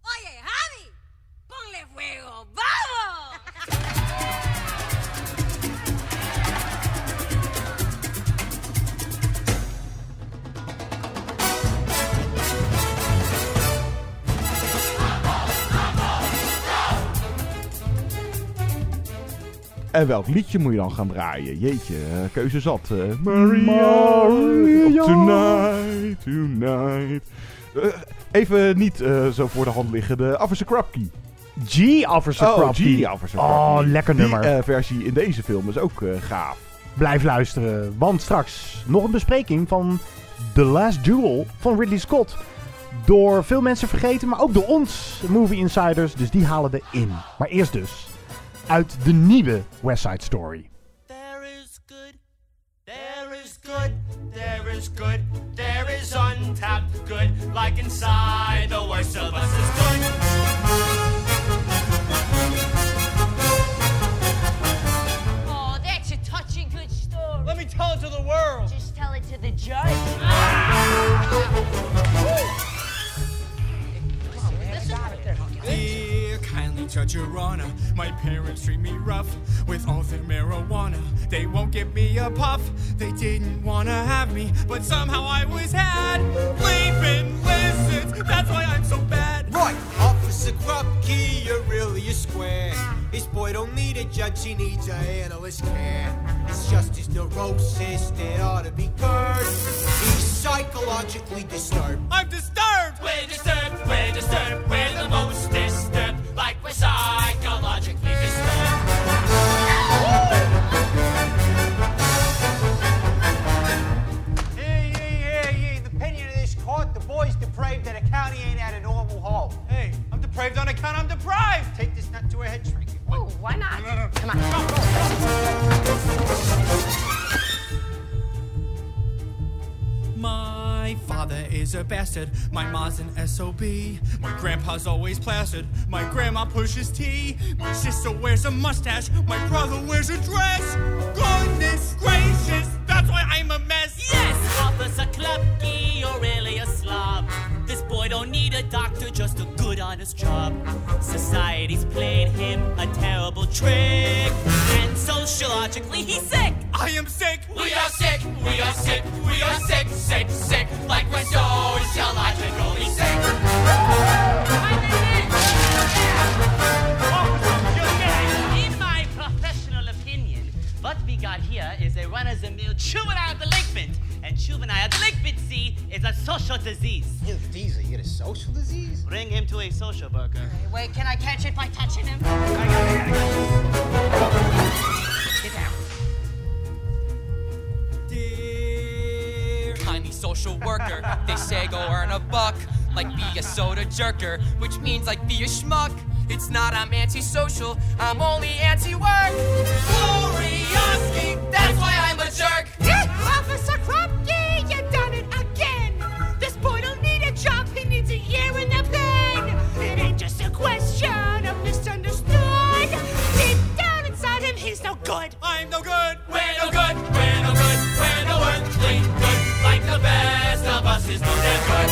En welk liedje moet je dan gaan draaien? Jeetje, uh, keuze zat. Uh, Maria, Maria, tonight, tonight. Uh, even niet uh, zo voor de hand liggen, de Officer Krupke. G. Officer oh, Krupke. G. Officer Krupke. Oh, lekker nummer. Die uh, versie in deze film is ook uh, gaaf. Blijf luisteren, want straks nog een bespreking van The Last Duel van Ridley Scott. Door veel mensen vergeten, maar ook door ons, Movie Insiders. Dus die halen erin. Maar eerst dus... uit de nieuwe West Side Story. There is good, there is good, there is good, there is untapped good, like inside the worst of us is good. Oh, that's a touching good story. Let me tell it to the world. Just tell it to the judge. Dear kindly Judge Your Honor, my parents treat me rough with oath and marijuana. They won't give me a puff. They didn't wanna have me, but somehow I was had. Leaving listens, that's why I'm so bad. Right, Officer Krupke, you're really a square. This boy don't need a judge, he needs an analyst care. It's just his neurosis that ought to be curbed. He's psychologically disturbed. I'm disturbed! We're disturbed, we're disturbed, we're the most disturbed, like we're psychologically disturbed. Hey, hey, hey, hey, the opinion of this court, the boy's depraved and the county ain't at a normal hole. Hey, I'm depraved on account I'm deprived! Take this nut to a head shrink. Oh, why not? Come on. Go, go. My father is a bastard, my ma's an S O B. My grandpa's always plastered, my grandma pushes tea. My sister wears a mustache, my brother wears a dress. Goodness gracious, that's why I'm a mess. Yes, Officer Klapke, you're really a slob. This boy don't need a doctor, just a good honest job. Society's played him a terrible trick, and sociologically he's sick. I am sick. We are sick, we are sick, we are sick, sick, sick. Like we're sociologically sick. In my professional opinion, what we got here is a run-of-the-mill juvenile delinquent. And juvenile delinquency is a social disease. You disease? You get a social disease? Bring him to a social worker. Hey, wait, can I catch it by touching him? Get down. Dear kindly social worker, they say go earn a buck. Like be a soda jerker, which means like be a schmuck. It's not I'm antisocial, I'm only anti-work. Gloriousky, that's why I'm a jerk. Officer Krupke, you done it again. This boy don't need a job, he needs a year in the pen. It ain't just a question of misunderstood. Deep down inside him, he's no good. I'm no good. We're no good, we're no good, we're no earthly good. Like the best of us is no damn good.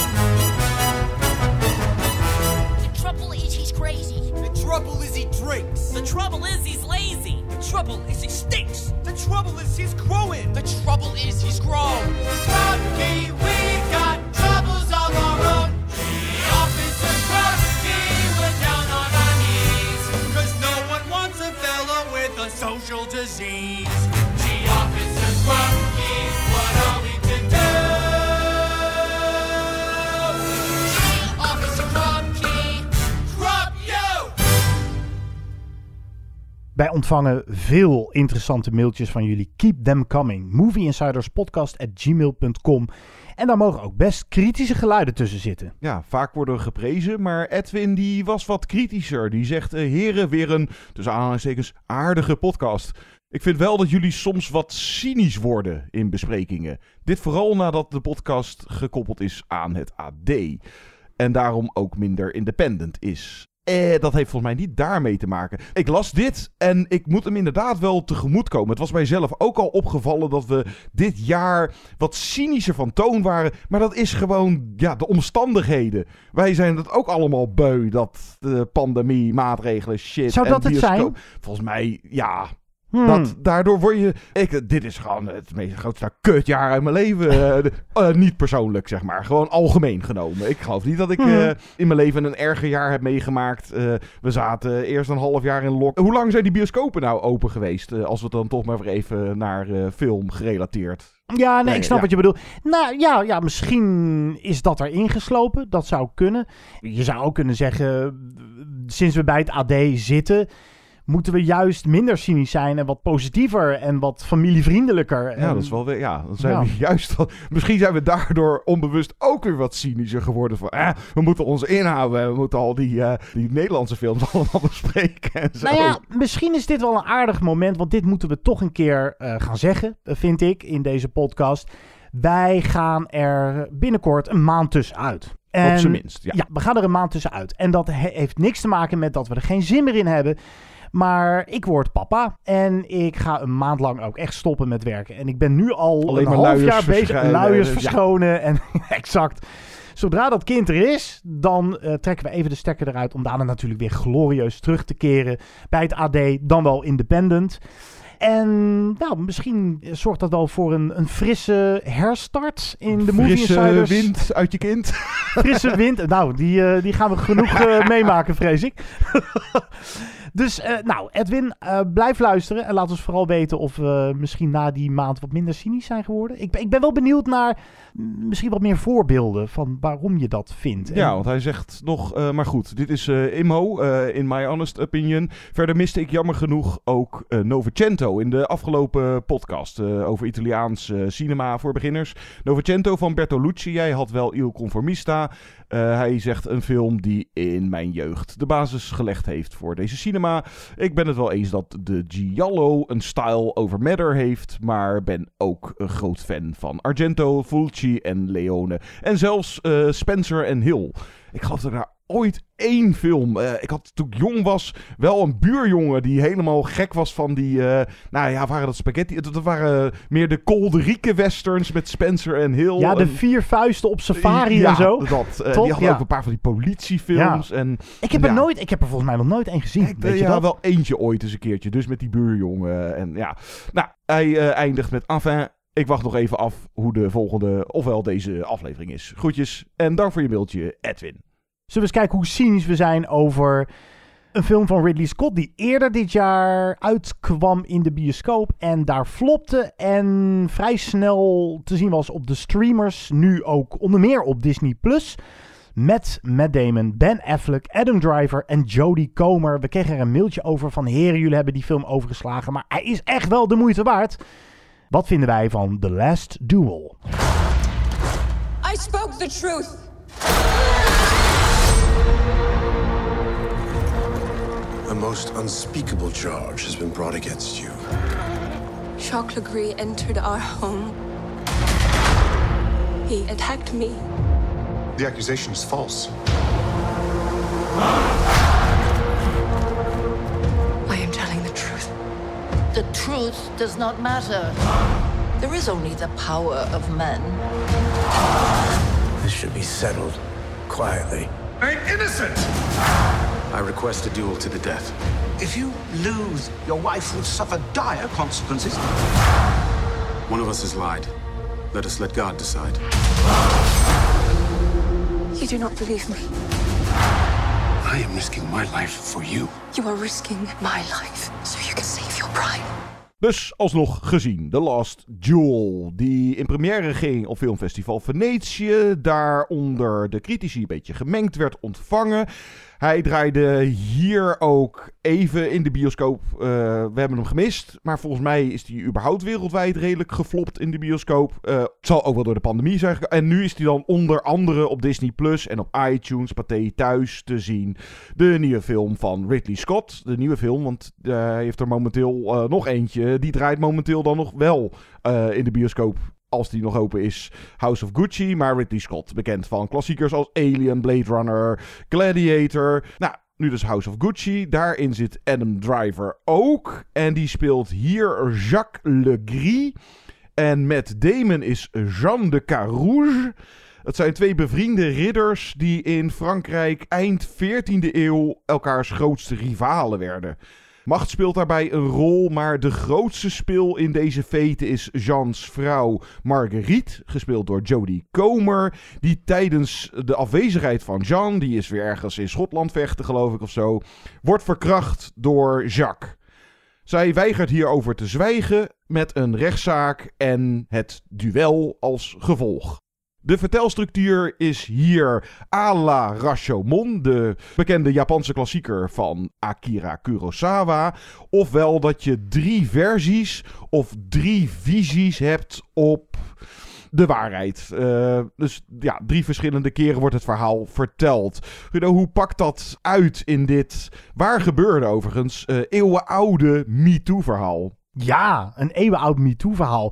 The trouble is he's crazy. The trouble is he drinks. The trouble is he's lazy. The trouble is he stinks. The trouble is he's growing. The trouble is he's grown. Krupke, we got troubles of our own. The Officer Krupke, we're down on our knees. Cause no one wants a fella with a social disease. The Officer Krupke, what are we to do? Officer Krupke, Krup you! Wij ontvangen veel interessante mailtjes van jullie. Keep them coming. movieinsiderspodcast at gmail dot com. En daar mogen ook best kritische geluiden tussen zitten. Ja, vaak worden we geprezen, maar Edwin die was wat kritischer. Die zegt, uh, heren, weer een, tussen aanhalingstekens, aardige podcast. Ik vind wel dat jullie soms wat cynisch worden in besprekingen. Dit vooral nadat de podcast gekoppeld is aan het A D. En daarom ook minder independent is. Eh, dat heeft volgens mij niet daarmee te maken. Ik las dit en ik moet hem inderdaad wel tegemoetkomen. Het was mijzelf ook al opgevallen dat we dit jaar wat cynischer van toon waren. Maar dat is gewoon ja, de omstandigheden. Wij zijn het ook allemaal beu, dat de pandemie, maatregelen, shit. Zou dat en het bioscoop. zijn? Volgens mij, ja... Hmm. Dat, daardoor word je... Ik, dit is gewoon het meest grootste kutjaar uit mijn leven. Uh, uh, niet persoonlijk, zeg maar. Gewoon algemeen genomen. Ik geloof niet dat ik uh, in mijn leven een erger jaar heb meegemaakt. Uh, we zaten eerst een half jaar in lock. Hoe lang zijn die bioscopen nou open geweest? Uh, als we dan toch maar weer even naar uh, film gerelateerd... Ja, nee, nee ik snap ja. wat je bedoelt. Nou ja, ja, misschien is dat erin geslopen. Dat zou kunnen. Je zou ook kunnen zeggen, sinds we bij het A D zitten, moeten we juist minder cynisch zijn en wat positiever en wat familievriendelijker. En... Ja, dat is wel weer, ja, dan zijn Ja. we juist wel, misschien zijn we daardoor onbewust ook weer wat cynischer geworden van, eh, we moeten ons inhouden, we moeten al die, uh, die Nederlandse films allemaal bespreken en zo. Nou ja, misschien is dit wel een aardig moment, want dit moeten we toch een keer uh, gaan zeggen, vind ik, in deze podcast. Wij gaan er binnenkort een maand tussenuit. En, op zijn minst, ja. Ja, we gaan er een maand tussenuit. En dat he- heeft niks te maken met dat we er geen zin meer in hebben. Maar ik word papa en ik ga een maand lang ook echt stoppen met werken. En ik ben nu al Alleen een maar half luiers jaar bezig, verschijnen, luiers ja. verschonen en exact. Zodra dat kind er is, dan uh, trekken we even de stekker eruit om daarna natuurlijk weer glorieus terug te keren bij het A D, dan wel independent. En nou, misschien zorgt dat wel voor een, een frisse herstart in de Movie Frisse Insiders. wind uit je kind. Frisse wind. Nou, die, uh, die gaan we genoeg uh, meemaken, vrees ik. Dus, uh, nou, Edwin, uh, blijf luisteren. En laat ons vooral weten of we misschien na die maand wat minder cynisch zijn geworden. Ik ben, ik ben wel benieuwd naar mm, misschien wat meer voorbeelden van waarom je dat vindt. Ja, En... want hij zegt nog, uh, maar goed, dit is uh, Imho, uh, in my honest opinion. Verder miste ik jammer genoeg ook uh, Novecento in de afgelopen podcast uh, over Italiaans uh, cinema voor beginners. Novecento van Bertolucci, jij had wel Il Conformista. Uh, hij zegt een film die in mijn jeugd de basis gelegd heeft voor deze cinema. cinema. Ik ben het wel eens dat de Giallo een style over matter heeft, maar ben ook een groot fan van Argento, Fulci en Leone. En zelfs uh, Spencer en Hill. Ik geloof dat ik daar ooit één film... Uh, ik had toen ik jong was wel een buurjongen die helemaal gek was van die... Uh, nou ja, waren dat spaghetti? Dat waren meer de Kolderieke westerns met Spencer en Hill. Ja, de en, vier vuisten op safari ja, en zo. Dat, uh, Top, die hadden ja. ook een paar van die politiefilms. Ja. En, ik, heb ja. er nooit, ik heb er volgens mij nog nooit één gezien. Ik, weet uh, je ja, dat? wel eentje ooit eens een keertje. Dus met die buurjongen. En ja, nou, hij uh, eindigt met enfin... Ik wacht nog even af hoe de volgende, ofwel deze aflevering is. Groetjes en dank voor je mailtje, Edwin. Zullen we eens kijken hoe cynisch we zijn over een film van Ridley Scott die eerder dit jaar uitkwam in de bioscoop en daar flopte en vrij snel te zien was op de streamers, nu ook onder meer op Disney plus. Met Matt Damon, Ben Affleck, Adam Driver en Jodie Comer. We kregen er een mailtje over van heren, jullie hebben die film overgeslagen, maar hij is echt wel de moeite waard. Wat vinden wij van The Last Duel? I spoke the truth. A most unspeakable charge has been brought against you. Jacques Legris entered our home. He attacked me. The accusation is false. I am telling the truth. The truth does not matter. There is only the power of men. This should be settled quietly. I'm innocent! I request a duel to the death. If you lose, your wife will suffer dire consequences. One of us has lied. Let us let God decide. You do not believe me. I am risking my life for you. You are risking my life so you can save your pride. Dus alsnog gezien, The Last Duel, die in première ging op Filmfestival Venetië, daar onder de critici een beetje gemengd werd ontvangen. Hij draaide hier ook even in de bioscoop. Uh, we hebben hem gemist, maar volgens mij is hij überhaupt wereldwijd redelijk geflopt in de bioscoop. Uh, het zal ook wel door de pandemie zijn. En nu is hij dan onder andere op Disney plus en op iTunes, Pathé Thuis te zien. De nieuwe film van Ridley Scott. De nieuwe film, want uh, hij heeft er momenteel uh, nog eentje. Die draait momenteel dan nog wel uh, in de bioscoop. Als die nog open is, House of Gucci. Maar Ridley Scott, bekend van klassiekers als Alien, Blade Runner, Gladiator. Nou, nu dus House of Gucci. Daarin zit Adam Driver ook. En die speelt hier Jacques Legris. En Matt Damon is Jean de Carouge. Het zijn twee bevriende ridders die in Frankrijk eind veertiende eeuw elkaars grootste rivalen werden. Macht speelt daarbij een rol, maar de grootste spil in deze fete is Jeans vrouw Marguerite, gespeeld door Jodie Comer, die tijdens de afwezigheid van Jean, die is weer ergens in Schotland vechten geloof ik of zo, wordt verkracht door Jacques. Zij weigert hierover te zwijgen met een rechtszaak en het duel als gevolg. De vertelstructuur is hier à la Rashomon, de bekende Japanse klassieker van Akira Kurosawa. Ofwel dat je drie versies of drie visies hebt op de waarheid. Uh, dus ja, drie verschillende keren wordt het verhaal verteld. Guido, hoe pakt dat uit in dit, waar gebeurde overigens, uh, eeuwenoude MeToo-verhaal? Ja, een eeuwenoud MeToo-verhaal.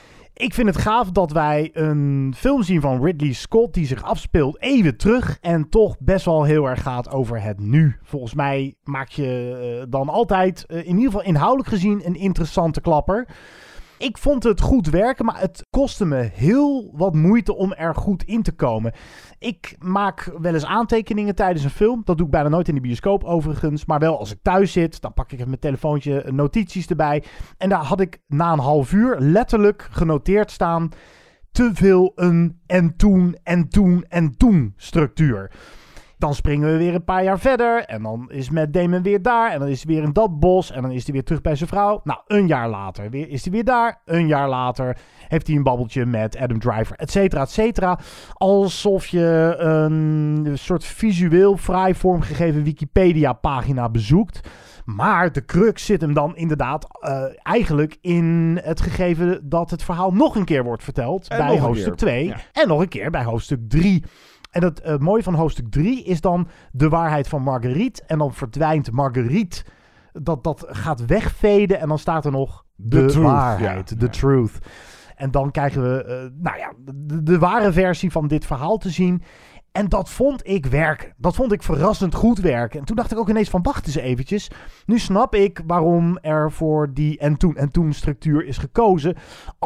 Ik vind het gaaf dat wij een film zien van Ridley Scott die zich afspeelt even terug en toch best wel heel erg gaat over het nu. Volgens mij maak je uh, dan altijd, uh, in ieder geval inhoudelijk gezien, een interessante klapper. Ik vond het goed werken, maar het kostte me heel wat moeite om er goed in te komen. Ik maak wel eens aantekeningen tijdens een film. Dat doe ik bijna nooit in de bioscoop overigens. Maar wel als ik thuis zit, dan pak ik met mijn telefoontje notities erbij. En daar had ik na een half uur letterlijk genoteerd staan: te veel een en toen en toen en toen structuur. Dan springen we weer een paar jaar verder. En dan is Matt Damon weer daar. En dan is hij weer in dat bos. En dan is hij weer terug bij zijn vrouw. Nou, een jaar later weer, is hij weer daar. Een jaar later heeft hij een babbeltje met Adam Driver. Et cetera, et cetera. Alsof je een soort visueel fraai vormgegeven Wikipedia-pagina bezoekt. Maar de crux zit hem dan inderdaad uh, eigenlijk in het gegeven dat het verhaal nog een keer wordt verteld. En bij hoofdstuk twee. Ja. En nog een keer bij hoofdstuk drie. En het uh, mooie van hoofdstuk drie is dan de waarheid van Marguerite. En dan verdwijnt Marguerite dat, dat gaat wegveden en dan staat er nog de, The truth, waarheid, ja. the Ja. truth. En dan krijgen we, uh, nou ja, de, de ware versie van dit verhaal te zien. En dat vond ik werken. Dat vond ik verrassend goed werken. En toen dacht ik ook ineens van, wacht eens eventjes. Nu snap ik waarom er voor die en toen en toen structuur is gekozen.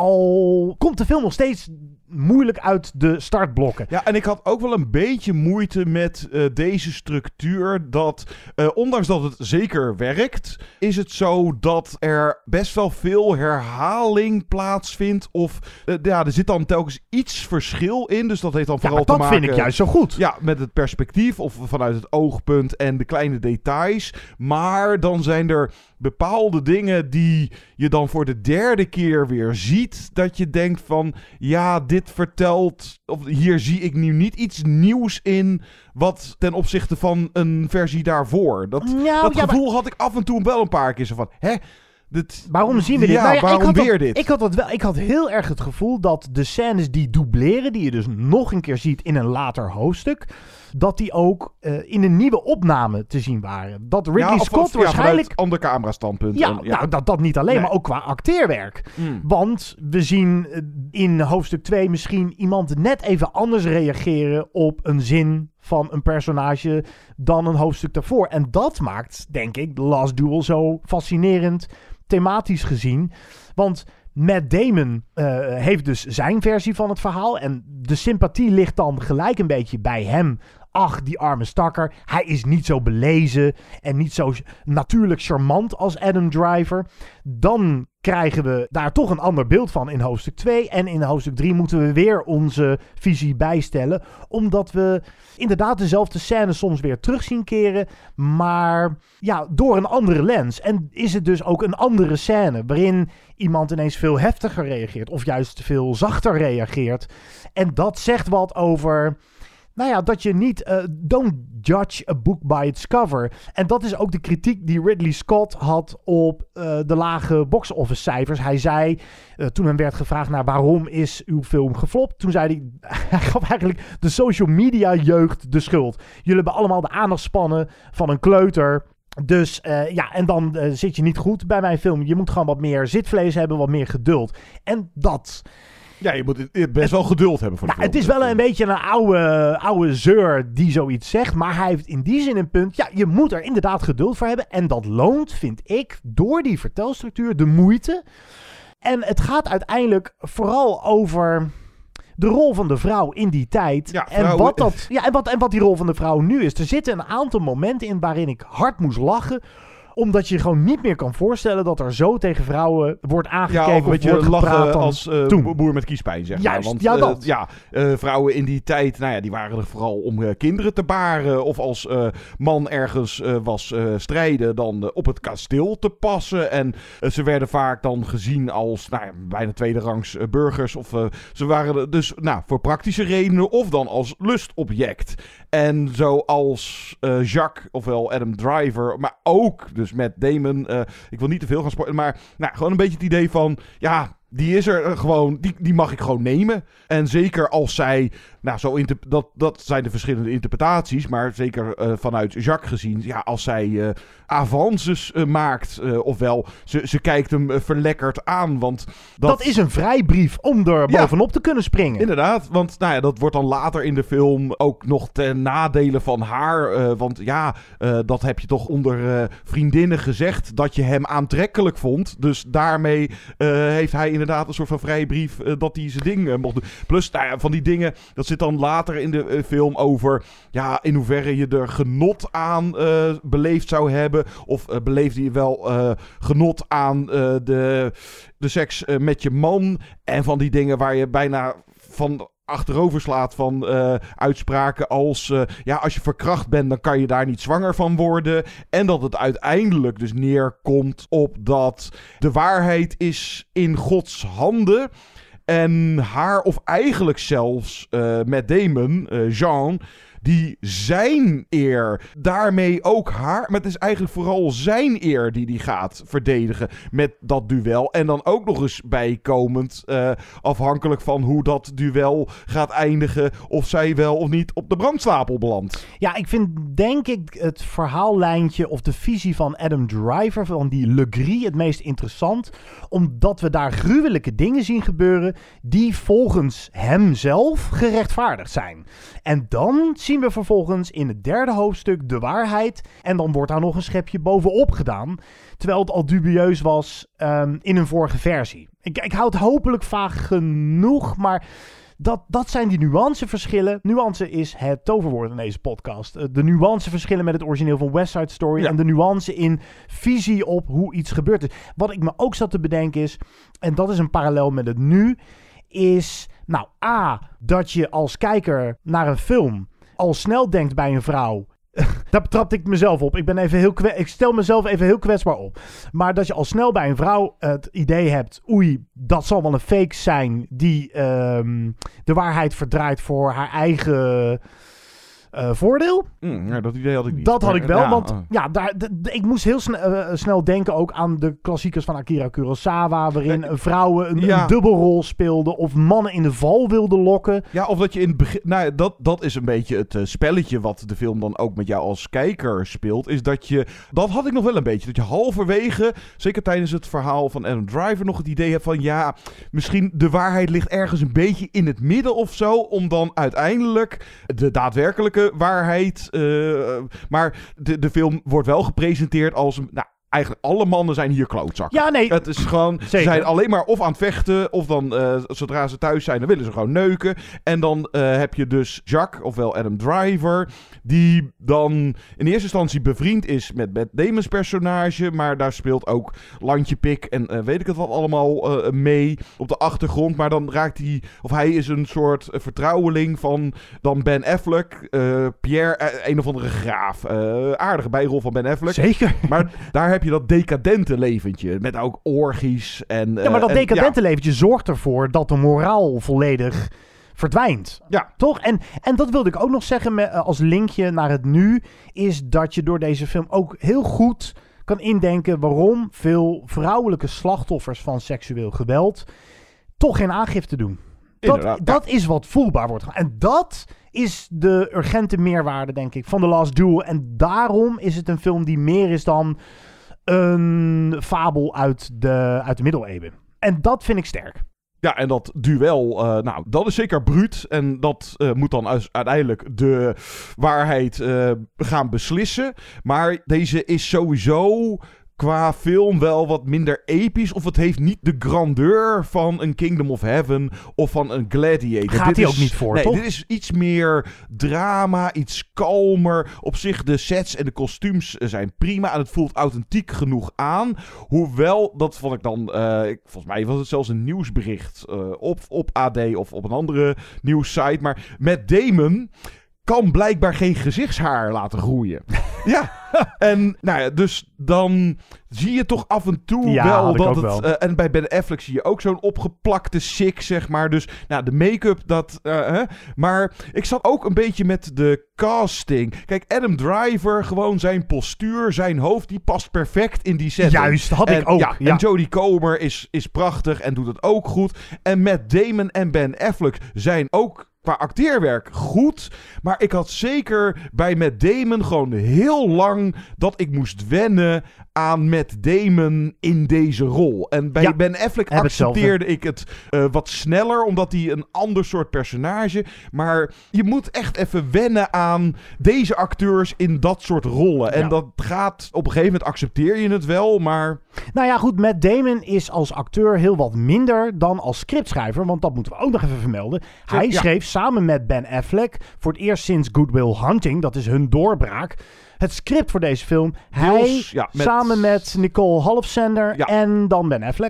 Al komt de film nog steeds moeilijk uit de startblokken. Ja, en ik had ook wel een beetje moeite met uh, deze structuur. Dat, uh, ondanks dat het zeker werkt, is het zo dat er best wel veel herhaling plaatsvindt. Of uh, ja, er zit dan telkens iets verschil in. Dus dat heeft dan Ja, vooral maar te dat maken... vind ik juist zo goed. Ja, met het perspectief of vanuit het oogpunt en de kleine details. Maar dan zijn er bepaalde dingen die je dan voor de derde keer weer ziet. Dat je denkt van, ja, dit vertelt... Of hier zie ik nu niet iets nieuws in wat ten opzichte van een versie daarvoor. Dat, Nou, dat ja, gevoel maar... had ik af en toe wel een paar keer zo van, hè? Dit, waarom zien we dit? Ja, nou ja, waarom ik had weer dat, dit? Ik had, dat wel, ik had heel erg het gevoel dat de scènes die dubleren, die je dus nog een keer ziet in een later hoofdstuk, dat die ook uh, in een nieuwe opname te zien waren. Dat Ridley ja, of, Scott of, ja, waarschijnlijk... ander camera standpunt. Ja, en, ja. nou, dat, dat niet alleen, Nee. maar ook qua acteerwerk. Mm. Want we zien uh, in hoofdstuk twee misschien iemand net even anders reageren op een zin van een personage dan een hoofdstuk daarvoor. En dat maakt, denk ik, The Last Duel zo fascinerend thematisch gezien. Want Matt Damon uh, heeft dus zijn versie van het verhaal. En de sympathie ligt dan gelijk een beetje bij hem. Ach, die arme stakker. Hij is niet zo belezen en niet zo natuurlijk charmant als Adam Driver. Dan krijgen we daar toch een ander beeld van in hoofdstuk twee. En in hoofdstuk drie moeten we weer onze visie bijstellen. Omdat we inderdaad dezelfde scène soms weer terug zien keren. Maar ja, door een andere lens. En is het dus ook een andere scène waarin iemand ineens veel heftiger reageert. Of juist veel zachter reageert. En dat zegt wat over... Nou ja, dat je niet... Uh, don't judge a book by its cover. En dat is ook de kritiek die Ridley Scott had op uh, de lage box-office cijfers. Hij zei, uh, toen hem werd gevraagd naar waarom is uw film geflopt, toen zei hij, hij gaf eigenlijk de social media jeugd de schuld. Jullie hebben allemaal de aandachtspannen van een kleuter. Dus uh, ja, en dan uh, zit je niet goed bij mijn film. Je moet gewoon wat meer zitvlees hebben, wat meer geduld. En dat... Ja, je moet best wel geduld hebben voor de nou, film. Het is wel een beetje een oude, oude zeur die zoiets zegt. Maar hij heeft in die zin een punt. Ja, je moet er inderdaad geduld voor hebben. En dat loont, vind ik, door die vertelstructuur de moeite. En het gaat uiteindelijk vooral over de rol van de vrouw in die tijd. Ja, en, wat dat, ja, en, wat, en wat die rol van de vrouw nu is. Er zitten een aantal momenten in waarin ik hard moest lachen. Omdat je gewoon niet meer kan voorstellen dat er zo tegen vrouwen wordt aangekeken. Ja, of een beetje wordt lachen dan als uh, toen. boer met kiespijn, zeg Juist, maar. Want, ja, uh, dat. ja, uh, vrouwen in die tijd, nou ja, die waren er vooral om uh, kinderen te baren. Of als uh, man ergens uh, was uh, strijden, dan uh, op het kasteel te passen. En uh, ze werden vaak dan gezien als, nou ja, bijna tweederangs uh, burgers. Of uh, ze waren dus, nou, voor praktische redenen of dan als lustobject. En zoals uh, Jacques, ofwel Adam Driver, maar ook dus met Damon. Uh, ik wil niet te veel gaan spoilen, maar nou, gewoon een beetje het idee van, ja, die is er gewoon, die, die mag ik gewoon nemen. En zeker als zij, nou, zo inter- dat, dat zijn de verschillende interpretaties, maar zeker uh, vanuit Jacques gezien, ja, als zij uh, avances uh, maakt, uh, ofwel, ze, ze kijkt hem uh, verlekkerd aan, want dat... Dat is een vrijbrief om er Ja. bovenop te kunnen springen. Inderdaad, want nou ja, dat wordt dan later in de film ook nog ten nadele van haar. Uh, want ja, uh, dat heb je toch onder uh, vriendinnen gezegd, dat je hem aantrekkelijk vond. Dus daarmee uh, heeft hij inderdaad een soort van vrijbrief uh, dat hij zijn ding uh, mocht doen. Plus, nou ja, van die dingen, dat zit dan later in de uh, film over, ja, in hoeverre je er genot aan uh, beleefd zou hebben. Of uh, beleefde je wel uh, genot aan uh, de, de seks uh, met je man. En van die dingen waar je bijna van achterover slaat van uh, uitspraken als uh, ja, als je verkracht bent, dan kan je daar niet zwanger van worden. En dat het uiteindelijk dus neerkomt op dat de waarheid is in Gods handen. En haar, of eigenlijk zelfs uh, Matt Damon, uh, Jean, die zijn eer, daarmee ook haar... Maar het is eigenlijk vooral zijn eer die die gaat verdedigen met dat duel. En dan ook nog eens bijkomend, uh, afhankelijk van hoe dat duel gaat eindigen, of zij wel of niet op de brandstapel belandt. Ja, ik vind denk ik het verhaallijntje of de visie van Adam Driver, van die Legree, het meest interessant. Omdat we daar gruwelijke dingen zien gebeuren die volgens hemzelf gerechtvaardigd zijn. En dan zien we vervolgens in het derde hoofdstuk de waarheid. En dan wordt daar nog een schepje bovenop gedaan. Terwijl het al dubieus was um, in een vorige versie. Ik, ik hou het hopelijk vaag genoeg, maar dat, dat zijn die nuanceverschillen. Nuance is het toverwoord in deze podcast. Uh, de nuanceverschillen met het origineel van West Side Story. Ja. En de nuance in visie op hoe iets gebeurd is. Wat ik me ook zat te bedenken is, en dat is een parallel met het nu, is, nou, A, dat je als kijker naar een film al snel denkt bij een vrouw. Daar betrapte ik mezelf op. Ik, ben even heel kwe- ik stel mezelf even heel kwetsbaar op. Maar dat je al snel bij een vrouw het idee hebt, oei, dat zal wel een fake zijn die um, de waarheid verdraait voor haar eigen uh, voordeel. Mm, ja, dat idee had ik niet. Dat had ik wel, ja, want uh. ja, daar, d- d- ik moest heel sne- uh, snel denken ook aan de klassiekers van Akira Kurosawa, waarin uh, vrouwen een, ja. een dubbelrol speelden of mannen in de val wilden lokken. Ja, of dat je in het begin... Nou, dat, dat is een beetje het uh, spelletje wat de film dan ook met jou als kijker speelt, is dat je... Dat had ik nog wel een beetje. Dat je halverwege, zeker tijdens het verhaal van Adam Driver, nog het idee hebt van, ja, misschien de waarheid ligt ergens een beetje in het midden of zo, om dan uiteindelijk de daadwerkelijke waarheid... Uh, maar de, de film wordt wel gepresenteerd als een... Nou, eigenlijk alle mannen zijn hier klootzakken. Ja, nee. Het is gewoon, ze zijn alleen maar of aan het vechten, of dan, uh, zodra ze thuis zijn, dan willen ze gewoon neuken. En dan uh, heb je dus Jacques, ofwel Adam Driver, die dan in eerste instantie bevriend is met Matt Damon's personage, maar daar speelt ook Landje Pik en uh, weet ik het wat allemaal uh, mee op de achtergrond. Maar dan raakt hij, of hij is een soort uh, vertrouweling van dan Ben Affleck, uh, Pierre, uh, een of andere graaf. Uh, aardige bijrol van Ben Affleck. Zeker. Maar daar heb je dat decadente leventje, met ook orgies en... Uh, ja, maar dat en, decadente ja. leventje zorgt ervoor dat de moraal volledig verdwijnt. Ja. Toch? En, en dat wilde ik ook nog zeggen met, uh, als linkje naar het nu, is dat je door deze film ook heel goed kan indenken waarom veel vrouwelijke slachtoffers van seksueel geweld toch geen aangifte doen. Dat, dat is wat voelbaar wordt. En dat is de urgente meerwaarde, denk ik, van The Last Duel. En daarom is het een film die meer is dan een fabel uit de, uit de middeleeuwen. En dat vind ik sterk. Ja, en dat duel, uh, nou, dat is zeker bruut. En dat uh, moet dan u- uiteindelijk de waarheid uh, gaan beslissen. Maar deze is sowieso qua film wel wat minder episch. Of het heeft niet de grandeur van een Kingdom of Heaven of van een Gladiator. Gaat hij ook niet voor, nee, toch? Dit is iets meer drama, iets kalmer. Op zich, de sets en de kostuums zijn prima. En het voelt authentiek genoeg aan. Hoewel, dat vond ik dan... Uh, volgens mij was het zelfs een nieuwsbericht uh, op, op A D of op een andere nieuwssite. Maar Matt Damon kan blijkbaar geen gezichtshaar laten groeien. Ja, en nou ja, dus dan zie je toch af en toe ja, wel dat het... wel. Uh, en bij Ben Affleck zie je ook zo'n opgeplakte sik, zeg maar. Dus nou, de make-up, dat... Uh, hè. Maar ik zat ook een beetje met de casting. Kijk, Adam Driver, gewoon zijn postuur, zijn hoofd, die past perfect in die setting. Juist, had en, ik ook. Ja, Ja. En Jodie Comer is, is prachtig en doet het ook goed. En Matt Damon en Ben Affleck zijn ook qua acteerwerk goed. Maar ik had zeker bij Matt Damon gewoon heel lang dat ik moest wennen aan Matt Damon in deze rol. En bij Ja, Ben Affleck heb accepteerde hetzelfde. ik het uh, wat sneller, omdat hij een ander soort personage. Maar je moet echt even wennen aan deze acteurs in dat soort rollen. En Ja. dat gaat, op een gegeven moment accepteer je het wel, maar... Nou ja, goed, Matt Damon is als acteur heel wat minder dan als scriptschrijver, want dat moeten we ook nog even vermelden. Hij ja. schreef samen met Ben Affleck, voor het eerst sinds Good Will Hunting, dat is hun doorbraak, het script voor deze film. Hij Deels, ja, met- samen met Nicole Halfzender Ja. en dan Ben Affleck.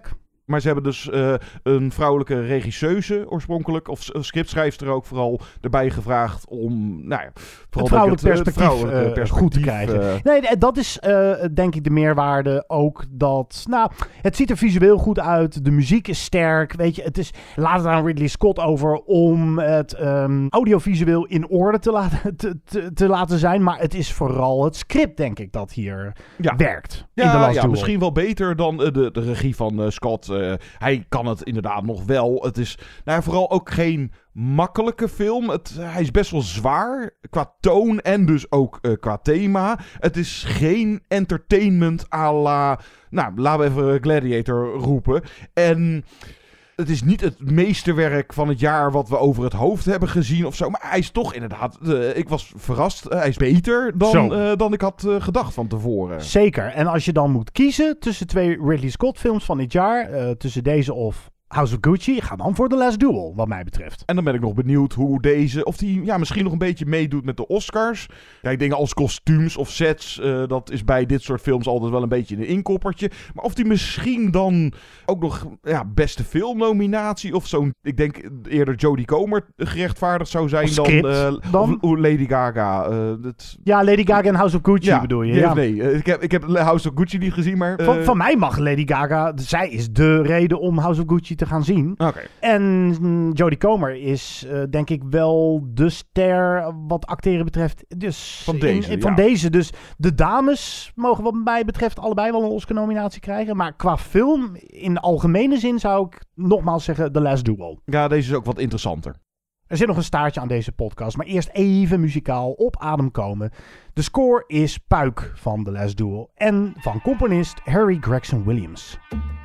Maar ze hebben dus uh, een vrouwelijke regisseuse oorspronkelijk, of scriptschrijfster ook vooral, erbij gevraagd om, nou ja, het vrouwelijk het, perspectief, vrouwelijke uh, perspectief goed te krijgen. Uh, nee, dat is uh, denk ik de meerwaarde ook dat, nou, het ziet er visueel goed uit, de muziek is sterk, weet je, het is, laat het aan Ridley Scott over om het um, audiovisueel in orde te laten, te, te, te laten zijn, maar het is vooral het script, denk ik, dat hier ja. werkt. Ja, in de Last ja Duel. Misschien wel beter dan uh, de, de regie van uh, Scott. Uh, hij kan het inderdaad nog wel. Het is nou, vooral ook geen makkelijke film. Het, hij is best wel zwaar qua toon en dus ook uh, qua thema. Het is geen entertainment à la, nou, laten we even Gladiator roepen. En het is niet het meesterwerk van het jaar wat we over het hoofd hebben gezien of zo. Maar hij is toch inderdaad, uh, ik was verrast. Uh, hij is beter dan, uh, dan ik had uh, gedacht van tevoren. Zeker. En als je dan moet kiezen tussen twee Ridley Scott films van dit jaar, uh, tussen deze of House of Gucci, ga dan voor The Last Duel, wat mij betreft. En dan ben ik nog benieuwd hoe deze, of die ja, misschien nog een beetje meedoet met de Oscars. Kijk, dingen als kostuums of sets, uh, dat is bij dit soort films altijd wel een beetje een inkoppertje. Maar of die misschien dan ook nog ja, beste filmnominatie of zo'n, ik denk eerder Jodie Comer gerechtvaardigd zou zijn dan, uh, dan? Of Lady Gaga. Uh, dat... Ja, Lady Gaga en House of Gucci ja, bedoel je? Ja, ja. nee, uh, ik, heb, ik heb House of Gucci niet gezien, maar... Uh... Van, van mij mag Lady Gaga, zij is de reden om House of Gucci te gaan zien. Okay. En Jodie Comer is uh, denk ik wel de ster wat acteren betreft. Dus van deze, in, in, van ja. deze. Dus de dames mogen wat mij betreft allebei wel een Oscar-nominatie krijgen. Maar qua film, in de algemene zin zou ik nogmaals zeggen The Last Duel. Ja, deze is ook wat interessanter. Er zit nog een staartje aan deze podcast, maar eerst even muzikaal op adem komen. De score is Puik van The Last Duel en van componist Harry Gregson Williams.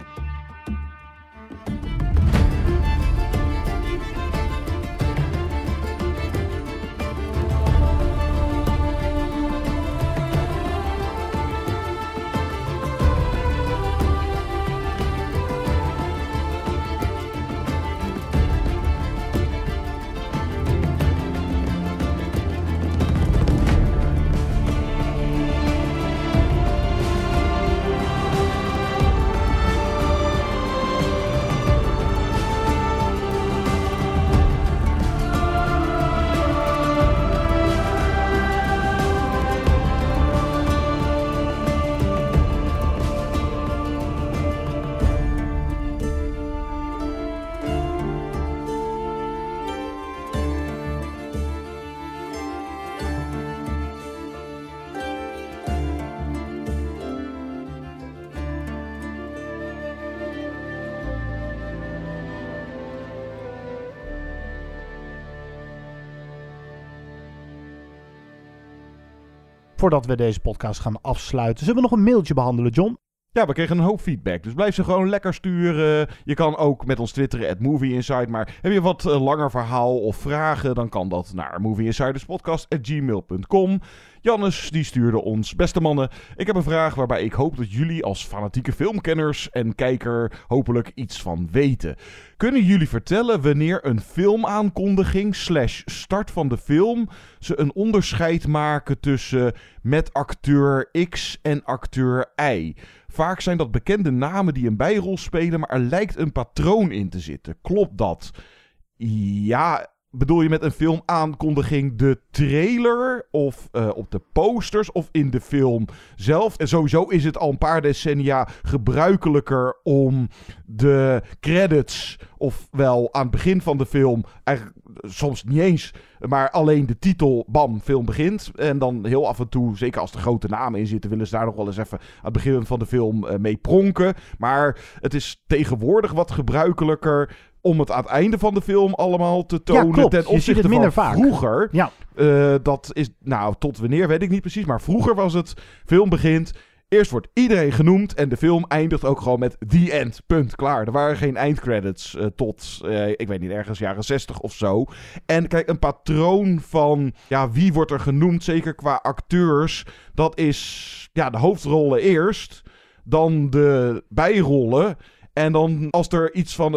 Voordat we deze podcast gaan afsluiten, zullen we nog een mailtje behandelen, John? Ja, we kregen een hoop feedback, dus blijf ze gewoon lekker sturen. Je kan ook met ons twitteren at Movie Insight, maar heb je wat uh, langer verhaal of vragen, dan kan dat naar movieinsiderspodcast at gmail dot com. Jannes, die stuurde ons: beste mannen, ik heb een vraag waarbij ik hoop dat jullie als fanatieke filmkenners en kijker hopelijk iets van weten. Kunnen jullie vertellen wanneer een filmaankondiging slash start van de film ze een onderscheid maken tussen met acteur X en acteur Y? Vaak zijn dat bekende namen die een bijrol spelen, maar er lijkt een patroon in te zitten. Klopt dat? Ja... Bedoel je met een filmaankondiging de trailer of uh, op de posters of in de film zelf? En sowieso is het al een paar decennia gebruikelijker om de credits, ofwel aan het begin van de film, eigenlijk soms niet eens, maar alleen de titel, bam, film begint. En dan heel af en toe, zeker als er grote namen in zitten, willen ze daar nog wel eens even aan het begin van de film uh, mee pronken. Maar het is tegenwoordig wat gebruikelijker om het aan het einde van de film allemaal te tonen. Ja, klopt. Ten opzichte van vaak. vroeger. Ja. Uh, dat is, nou, tot wanneer weet ik niet precies. Maar vroeger was het, film begint, eerst wordt iedereen genoemd en de film eindigt ook gewoon met the end. Punt. Klaar. Er waren geen eindcredits uh, tot, uh, ik weet niet, ergens jaren zestig of zo. En kijk, een patroon van, ja, wie wordt er genoemd, zeker qua acteurs, dat is, ja, de hoofdrollen eerst, dan de bijrollen. En dan als er iets van een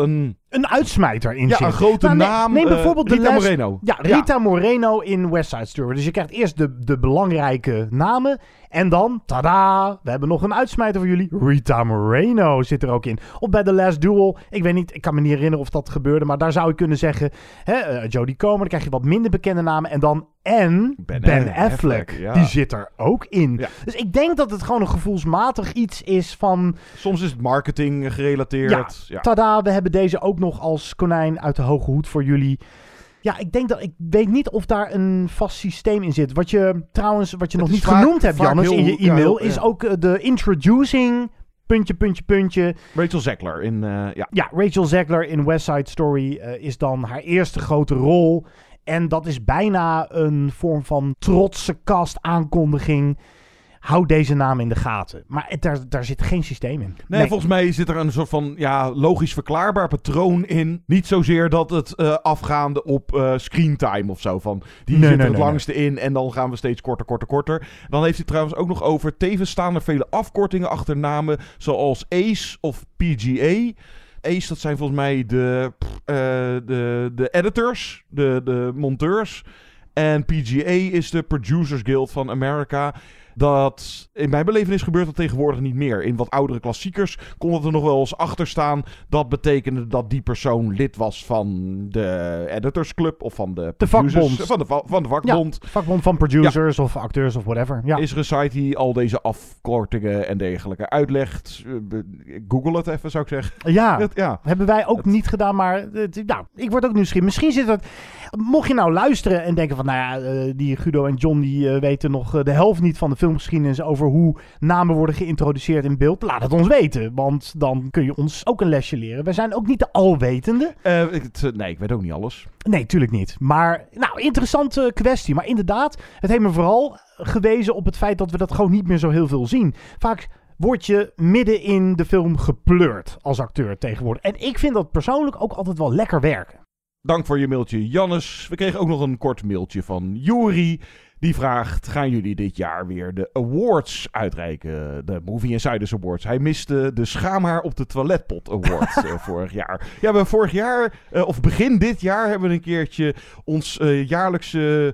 een uitsmijter in Ja, zit. een grote Nou, neem- naam. Neem uh, bijvoorbeeld Rita de les, Moreno. Ja, Rita Moreno in West Side Story. Dus je krijgt eerst de, de belangrijke namen. En dan, tada, we hebben nog een uitsmijter voor jullie. Rita Moreno zit er ook in. Of bij The Last Duel. Ik weet niet, ik kan me niet herinneren of dat gebeurde. Maar daar zou ik kunnen zeggen, hè, uh, Jodie Comer. Dan krijg je wat minder bekende namen. En dan en Ben, ben Affleck. Affleck ja. Die zit er ook in. Ja. Dus ik denk dat het gewoon een gevoelsmatig iets is van... Soms is het marketing gerelateerd. Ja, Ja. tada, we hebben deze ook nog als konijn uit de hoge hoed voor jullie. Ja, ik denk dat ik weet niet of daar een vast systeem in zit. Wat je trouwens, wat je Het nog is niet vaak- genoemd hebt, vaak Jannes, in heel- je e-mail, ja, ja. is ook eh, de introducing, puntje, puntje, puntje. Rachel Zegler in, uh, ja. Ja, Rachel Zegler in West Side Story uh, is dan haar eerste grote rol. En dat is bijna een vorm van trotse cast aankondiging. Hou deze naam in de gaten. Maar het, daar, daar zit geen systeem in. Nee, nee, volgens mij zit er een soort van ja, logisch verklaarbaar patroon in. Niet zozeer dat het uh, afgaande op uh, screentime of zo. Van, die nee, zit nee, er het nee, langste in en dan gaan we steeds korter, korter, korter. Dan heeft hij trouwens ook nog over... Tevens staan er vele afkortingen achter namen zoals Ace of P G A. Ace, dat zijn volgens mij de, uh, de, de editors, de, de monteurs. En P G A is de Producers Guild van Amerika. Dat in mijn belevenis gebeurt dat tegenwoordig niet meer. In wat oudere klassiekers kon het er nog wel eens achter staan. Dat betekende dat die persoon lid was van de Editors Club of van de, de vakbond. Van de, va- van de vakbond. Ja, vakbond van producers ja. of acteurs of whatever. Ja. Is er een site die al deze afkortingen en dergelijke uitlegt? Google het even, zou ik zeggen. Ja, het, ja. hebben wij ook het... niet gedaan, maar het, nou, ik word ook nieuwsgierig. Misschien zit het... Mocht je nou luisteren en denken van, nou ja, uh, die Guido en John die uh, weten nog uh, de helft niet van de filmgeschiedenis over hoe namen worden geïntroduceerd in beeld. Laat het ons weten, want dan kun je ons ook een lesje leren. Wij zijn ook niet de alwetende. Uh, het, nee, ik weet ook niet alles. Nee, tuurlijk niet. Maar, nou, interessante kwestie. Maar inderdaad, het heeft me vooral gewezen op het feit dat we dat gewoon niet meer zo heel veel zien. Vaak word je midden in de film gepleurd als acteur tegenwoordig. En ik vind dat persoonlijk ook altijd wel lekker werken. Dank voor je mailtje, Jannes. We kregen ook nog een kort mailtje van Juri. Die vraagt, gaan jullie dit jaar weer de awards uitreiken? De Movie Insiders Awards. Hij miste de Schaamhaar op de toiletpot Award uh, vorig jaar. Ja, we hebben vorig jaar, uh, of begin dit jaar, hebben we een keertje ons uh, jaarlijkse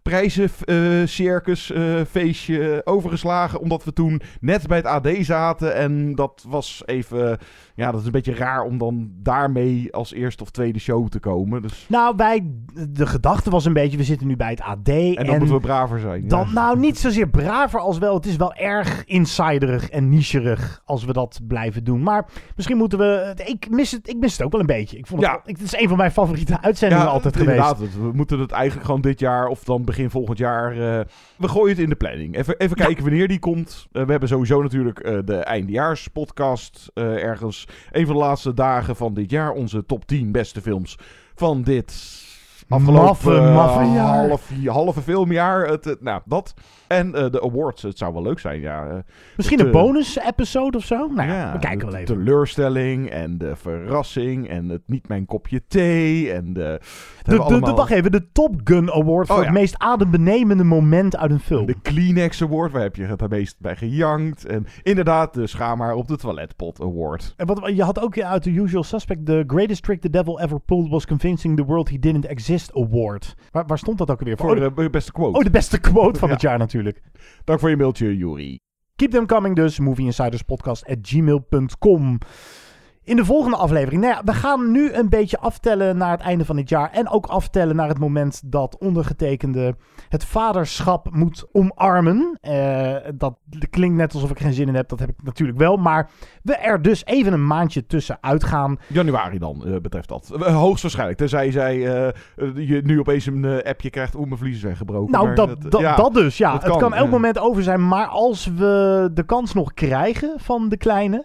prijzencircus uh, uh, feestje overgeslagen. Omdat we toen net bij het A D zaten. En dat was even... Ja, dat is een beetje raar om dan daarmee als eerste of tweede show te komen. Dus... Nou, wij... De gedachte was een beetje, we zitten nu bij het A D. En dan en moeten we braver zijn. Dan, ja. Nou, niet zozeer braver als wel. Het is wel erg insiderig en nicherig als we dat blijven doen. Maar misschien moeten we... Ik mis het, ik mis het ook wel een beetje. Ik vond het, ja. het is een van mijn favoriete uitzendingen ja, altijd inderdaad, geweest. We moeten het eigenlijk gewoon dit jaar of dan begin volgend jaar... Uh, we gooien het in de planning. Even, even kijken ja. wanneer die komt. Uh, we hebben sowieso natuurlijk uh, de eindejaarspodcast uh, ergens. Een van de laatste dagen van dit jaar. Onze top tien beste films van dit afgelopen maffe, maffe uh, jaar. Half, halve filmjaar. Het, het, nou, dat. En uh, de awards. Het zou wel leuk zijn, ja. Uh, Misschien het, een bonus-episode of zo? Nou ja, ja, we kijken de, wel even. De teleurstelling en de verrassing en het niet mijn kopje thee en de... De, de, allemaal... de, wacht even, de Top Gun Award voor oh, het ja. meest adembenemende moment uit een film. De Kleenex Award, waar heb je het meest bij gejankt. En inderdaad, de Schaamhaar op de toiletpot Award. En wat, je had ook uit The Usual Suspect The Greatest Trick the Devil Ever Pulled Was Convincing the World He Didn't Exist Award. Waar, waar stond dat ook alweer voor? Voor de oh, beste quote. Oh, de beste quote van ja. het jaar natuurlijk. Dank voor je mailtje, Juri. Keep them coming dus, movieinsiderspodcast at gmail dot com. In de volgende aflevering, nou ja, we gaan nu een beetje aftellen naar het einde van dit jaar. En ook aftellen naar het moment dat ondergetekende het vaderschap moet omarmen. Uh, dat klinkt net alsof ik geen zin in heb, dat heb ik natuurlijk wel. Maar we er dus even een maandje tussenuit gaan. Januari dan, uh, betreft dat. Uh, hoogstwaarschijnlijk, tenzij zij uh, uh, je nu opeens een uh, appje krijgt, oeh, mijn vliezen zijn gebroken. Nou, maar dat, dat, dat, ja, dat dus, ja. Dat het kan, kan elk uh. moment over zijn, maar als we de kans nog krijgen van de kleine...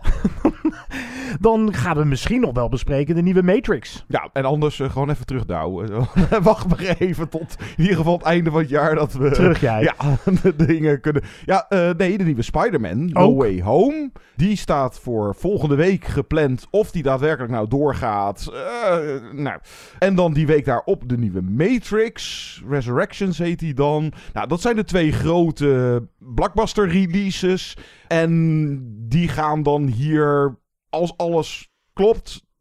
dan gaan we misschien nog wel bespreken de nieuwe Matrix. Ja, en anders uh, gewoon even terugdouwen. Wacht maar even tot in ieder geval het einde van het jaar dat we... Terug jij. Ja, de dingen kunnen... Ja, uh, nee, de nieuwe Spider-Man, No Ook. Way Home. Die staat voor volgende week gepland. Of die daadwerkelijk nou doorgaat. Uh, nou. En dan die week daarop de nieuwe Matrix. Resurrections heet die dan. Nou, dat zijn de twee grote blockbuster releases. En die gaan dan hier... Als alles klopt,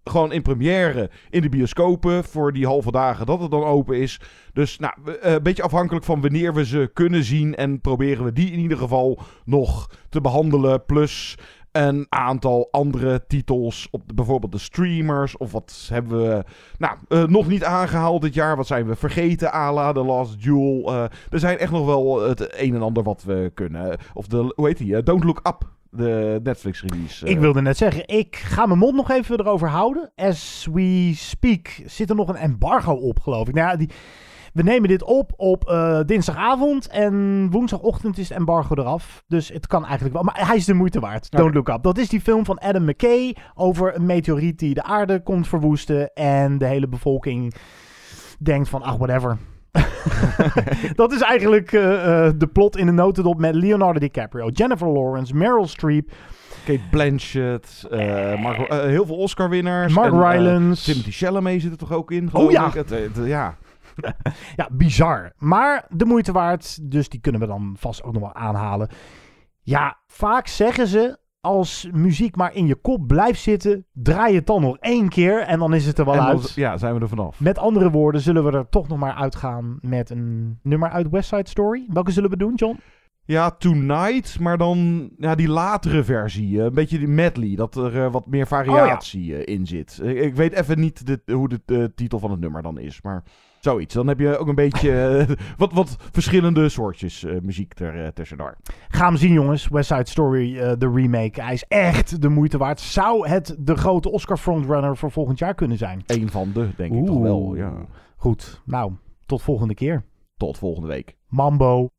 gewoon in première in de bioscopen voor die halve dagen dat het dan open is. Dus nou, een beetje afhankelijk van wanneer we ze kunnen zien. En proberen we die in ieder geval nog te behandelen. Plus een aantal andere titels op de, bijvoorbeeld de streamers. Of wat hebben we nou, uh, nog niet aangehaald dit jaar. Wat zijn we vergeten? A la The Last Duel. Uh, er zijn echt nog wel het een en ander wat we kunnen. Of de, hoe heet die? Uh, Don't Look Up. De Netflix release. Uh. Ik wilde net zeggen, ik ga mijn mond nog even erover houden. As we speak zit er nog een embargo op, geloof ik. Nou ja, die... We nemen dit op op uh, dinsdagavond en woensdagochtend is het embargo eraf. Dus het kan eigenlijk wel. Maar hij is de moeite waard. Don't Look Up. Dat is die film van Adam McKay over een meteoriet die de aarde komt verwoesten. En de hele bevolking denkt van, ach, whatever. Dat is eigenlijk uh, uh, de plot in de notendop met Leonardo DiCaprio, Jennifer Lawrence, Meryl Streep, Kate Blanchett, uh, Mark, uh, heel veel Oscar-winnaars. Mark en, Rylance. Uh, Timothée Chalamet zit er toch ook in? Oh ja. Ik. Het, het, ja. Ja, bizar. Maar de moeite waard. Dus die kunnen we dan vast ook nog wel aanhalen. Ja, vaak zeggen ze, als muziek maar in je kop blijft zitten, draai het dan nog één keer en dan is het er wel en uit. Dan, ja, zijn we er vanaf. Met andere woorden zullen we er toch nog maar uitgaan met een nummer uit West Side Story. Welke zullen we doen, John? Ja, Tonight, maar dan ja, die latere versie. Een beetje die medley, dat er uh, wat meer variatie oh, ja. in zit. Ik, ik weet even niet de, hoe de, de titel van het nummer dan is, maar zoiets. Dan heb je ook een beetje uh, wat, wat verschillende soortjes uh, muziek er uh, tussendoor. Ga hem zien, jongens. West Side Story, uh, de remake. Hij is echt de moeite waard. Zou het de grote Oscar frontrunner voor volgend jaar kunnen zijn? Eén van de, denk Oeh. ik toch wel, ja. Goed, nou, tot volgende keer. Tot volgende week. Mambo.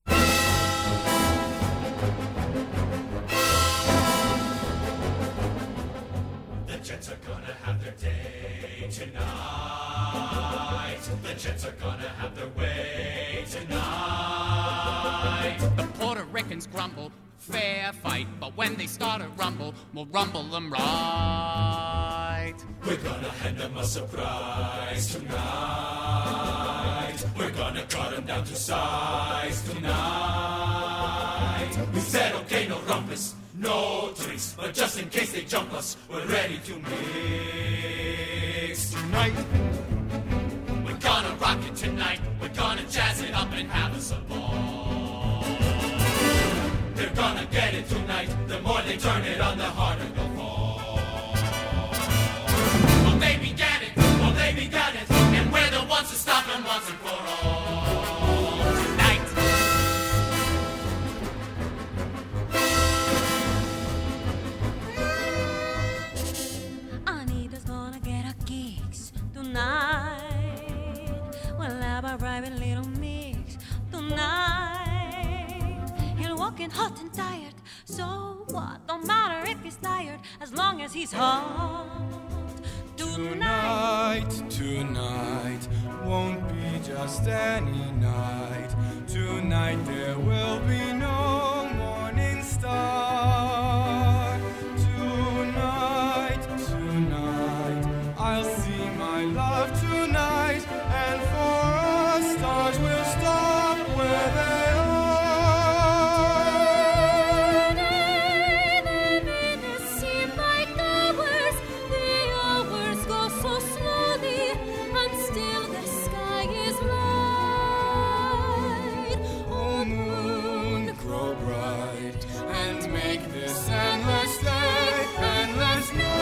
The Jets are gonna have their way tonight. The Puerto Ricans grumble, fair fight, but when they start a rumble, we'll rumble them right. We're gonna hand them a surprise tonight. We're gonna cut them down to size tonight. We said okay, no rumpus, no tricks, but just in case they jump us, we're ready to mix tonight. We're gonna rock it tonight. We're gonna jazz it up and have us a ball. They're gonna get it tonight. The more they turn it on, the harder they'll fall. Well, they began it. Well, they began it. And we're the ones to stop them once and for all. Tonight. Anita's gonna get her kicks tonight. We'll have a private little mix tonight. He'll walk in hot and tired, so what? Don't matter if he's tired, as long as he's hot. Tonight, tonight, won't be just any night. Tonight there will be no morning star. Tonight, tonight, I'll see my love tonight. And for us, stars will stop where they are. Today, the minutes seem like hours. The hours go so slowly, and still the sky is light. Oh, moon, grow bright and make this endless day endless night.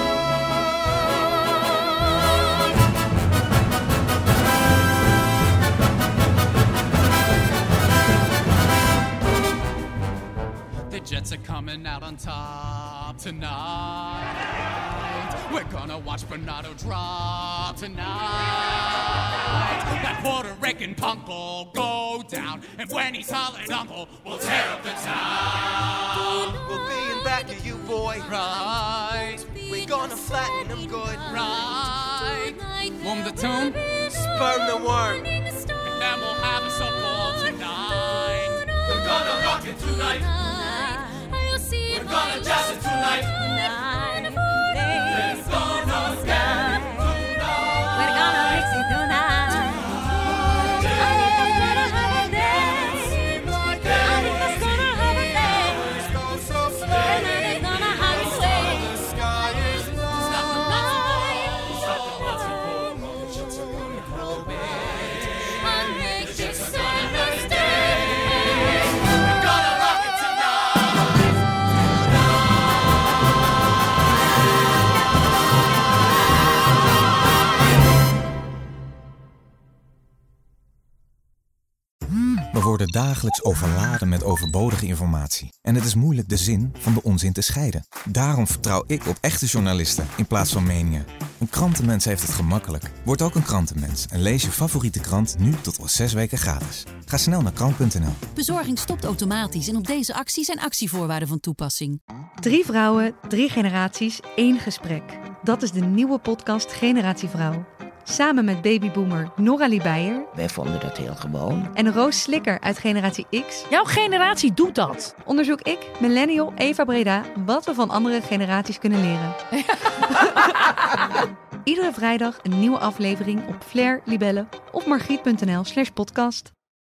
The Jets are coming out on top tonight. We're gonna watch Bernardo drop tonight. That Puerto Rican punk will go down, and when he's hollering uncle, we'll tear up the town. We'll be in back of you, boy. Right. We're gonna flatten them good. Right. Womb the tomb. Sperm the worm. And then we'll have us a ball tonight. We're gonna rock it tonight. We're gonna jazz it tonight. Let's go, no sky. We're gonna mix it tonight. Anita's gonna have a dance. Anita's gonna have a dance. Anita's gonna have a swing. The sky is Tonight, We worden dagelijks overladen met overbodige informatie. En het is moeilijk de zin van de onzin te scheiden. Daarom vertrouw ik op echte journalisten in plaats van meningen. Een krantenmens heeft het gemakkelijk. Word ook een krantenmens en lees je favoriete krant nu tot al zes weken gratis. Ga snel naar krant punt n l. Bezorging stopt automatisch en op deze actie zijn actievoorwaarden van toepassing. Drie vrouwen, drie generaties, één gesprek. Dat is de nieuwe podcast Generatie Vrouw. Samen met babyboomer Noralie Beijer. Wij vonden dat heel gewoon. En Roos Slikker uit Generatie X. Jouw generatie doet dat. Onderzoek ik, millennial Eva Breda, wat we van andere generaties kunnen leren. Iedere vrijdag een nieuwe aflevering op Flair, Libelle of margriet punt n l slash podcast.